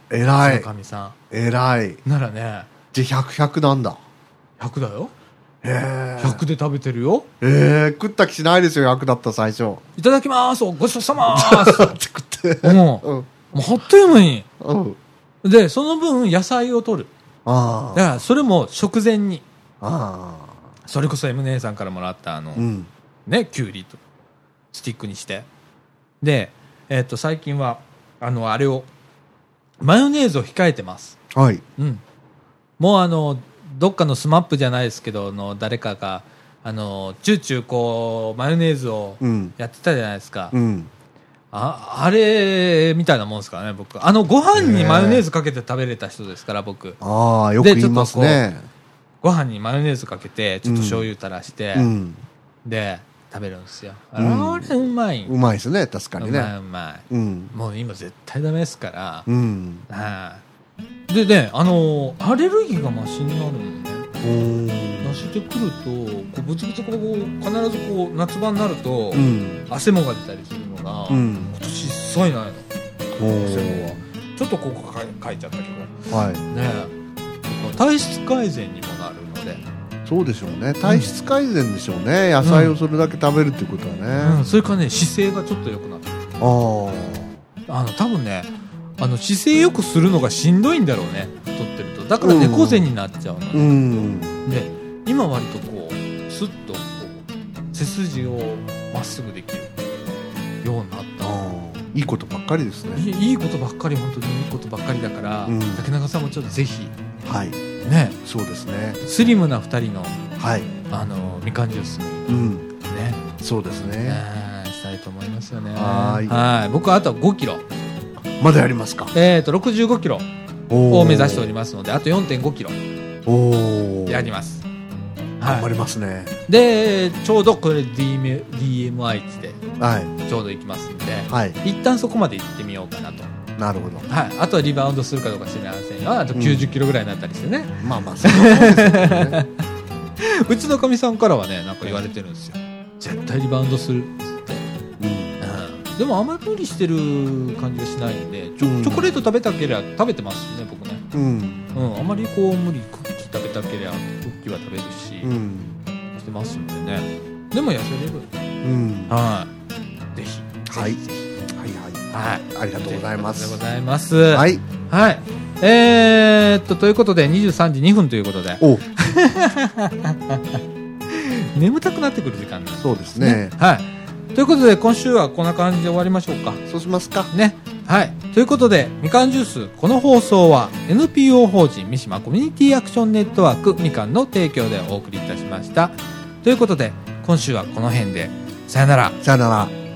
えらい。 かみさん。 えらい。 ならね。 じゃあひゃく、ひゃくなんだ。 ひゃくだよ。 へえ。 ひゃくで食べてるよ。 ええ、食った気しないですよ、ひゃくだった最初。 いただきます。ごちそうさまーす。 って食って。 うん。もう、ほっという間に。 うん。 で、その分、野菜を取る。 ああ。 だから、それも食前に。 ああ。 それこそ エム 姉さんからもらった、あの、うん、ね、きゅうりと、スティックにして。で、えっと、最近は、あの、あれを、マヨネーズを控えてます。 はい。 うん。もうあの、どっかのスマップじゃないですけど、の誰かが、あの、チューチューこう、マヨネーズをやってたじゃないですか。うん。あ、あれ、みたいなもんですからね、僕。あの、ご飯にマヨネーズかけて食べれた人ですから、僕。 ああ、よく言いますね。 ご飯にマヨネーズかけて、ちょっと醤油垂らして、うん、で、食べるんですよ。あれ、うん、うまい。 うまいですね、確かにね。 うまいうまい。うん、もう今絶対ダメですから。うん。はい。でね、あのー、アレルギーがマシになるのね。出してくると、こうブツブツこう、必ずこう、夏場になると、うん、汗もが出たりするのが、うん、今年一切ないの。汗もは。ちょっとここか書いちゃったけど。はい。ね。体質改善にもなるので。 そうでしょうね。体質改善でしょうね。うん、野菜をそれだけ食べるっていうことはね。 うん、それからね、姿勢がちょっと良くなる。ああ。あの、多分ね、あの、姿勢良くするのがしんどいんだろうね。太ってると。だから猫背になっちゃうの、ね。うん。で、今割とこう、スッとこう、背筋をまっすぐできるようになった。 いいことばっかりですね。 いい、いいことばっかり、本当にいいことばっかりだから、うん、竹中さんもちょっとぜひ。 はい。 ね。 そうですね。 スリムな二人の、 はい。 あの、みかんジュース。 うん。ね。そうですね。 したいと思いますよね。 はい。 はい。僕はあとごキロ。 まだやりますか。 えっと、ろくじゅうごキロを目指しておりますので、あと よんてんごキロ。 おやります。 頑張りますね。 で、ちょうどこれ ディーエムアイ 値で、 はい。 ちょうど行きますんで、 はい。 一旦そこまで行ってみようかなと。 なるほど。 はい。あとはリバウンドするかどうか知りませんよ。あときゅうじゅっキロぐらいになったりしてね。 うん、まあまあ、そうですよね。 うちのかみさんからはね、なんか言われてるんですよ。絶対リバウンドするっつって。うん。うん、でもあんまり無理してる感じがしないんで、チョ、うん、チョコレート食べたけりゃ食べてますしね、僕ね。うん。うん。あんまりこう無理、クッキー食べたけりゃクッキーは食べるし、うん、してますんでね。でも痩せれる。うん。はい。ぜひ。 はい。 ぜひぜひ。 はい、ありがとうございます。 ありがとうございます。 はい、 はい、えー、っとということでにじゅうさんじにふんということで、 お眠たくなってくる時間なんですね。 そうですね。 はい。ということで今週はこんな感じで終わりましょうか。 そうしますか。 ね。はい。ということでみかんジュース、この放送は エヌピーオー 法人三島コミュニティアクションネットワークみかんの提供でお送りいたしました。ということで今週はこの辺でさよなら。 さよなら。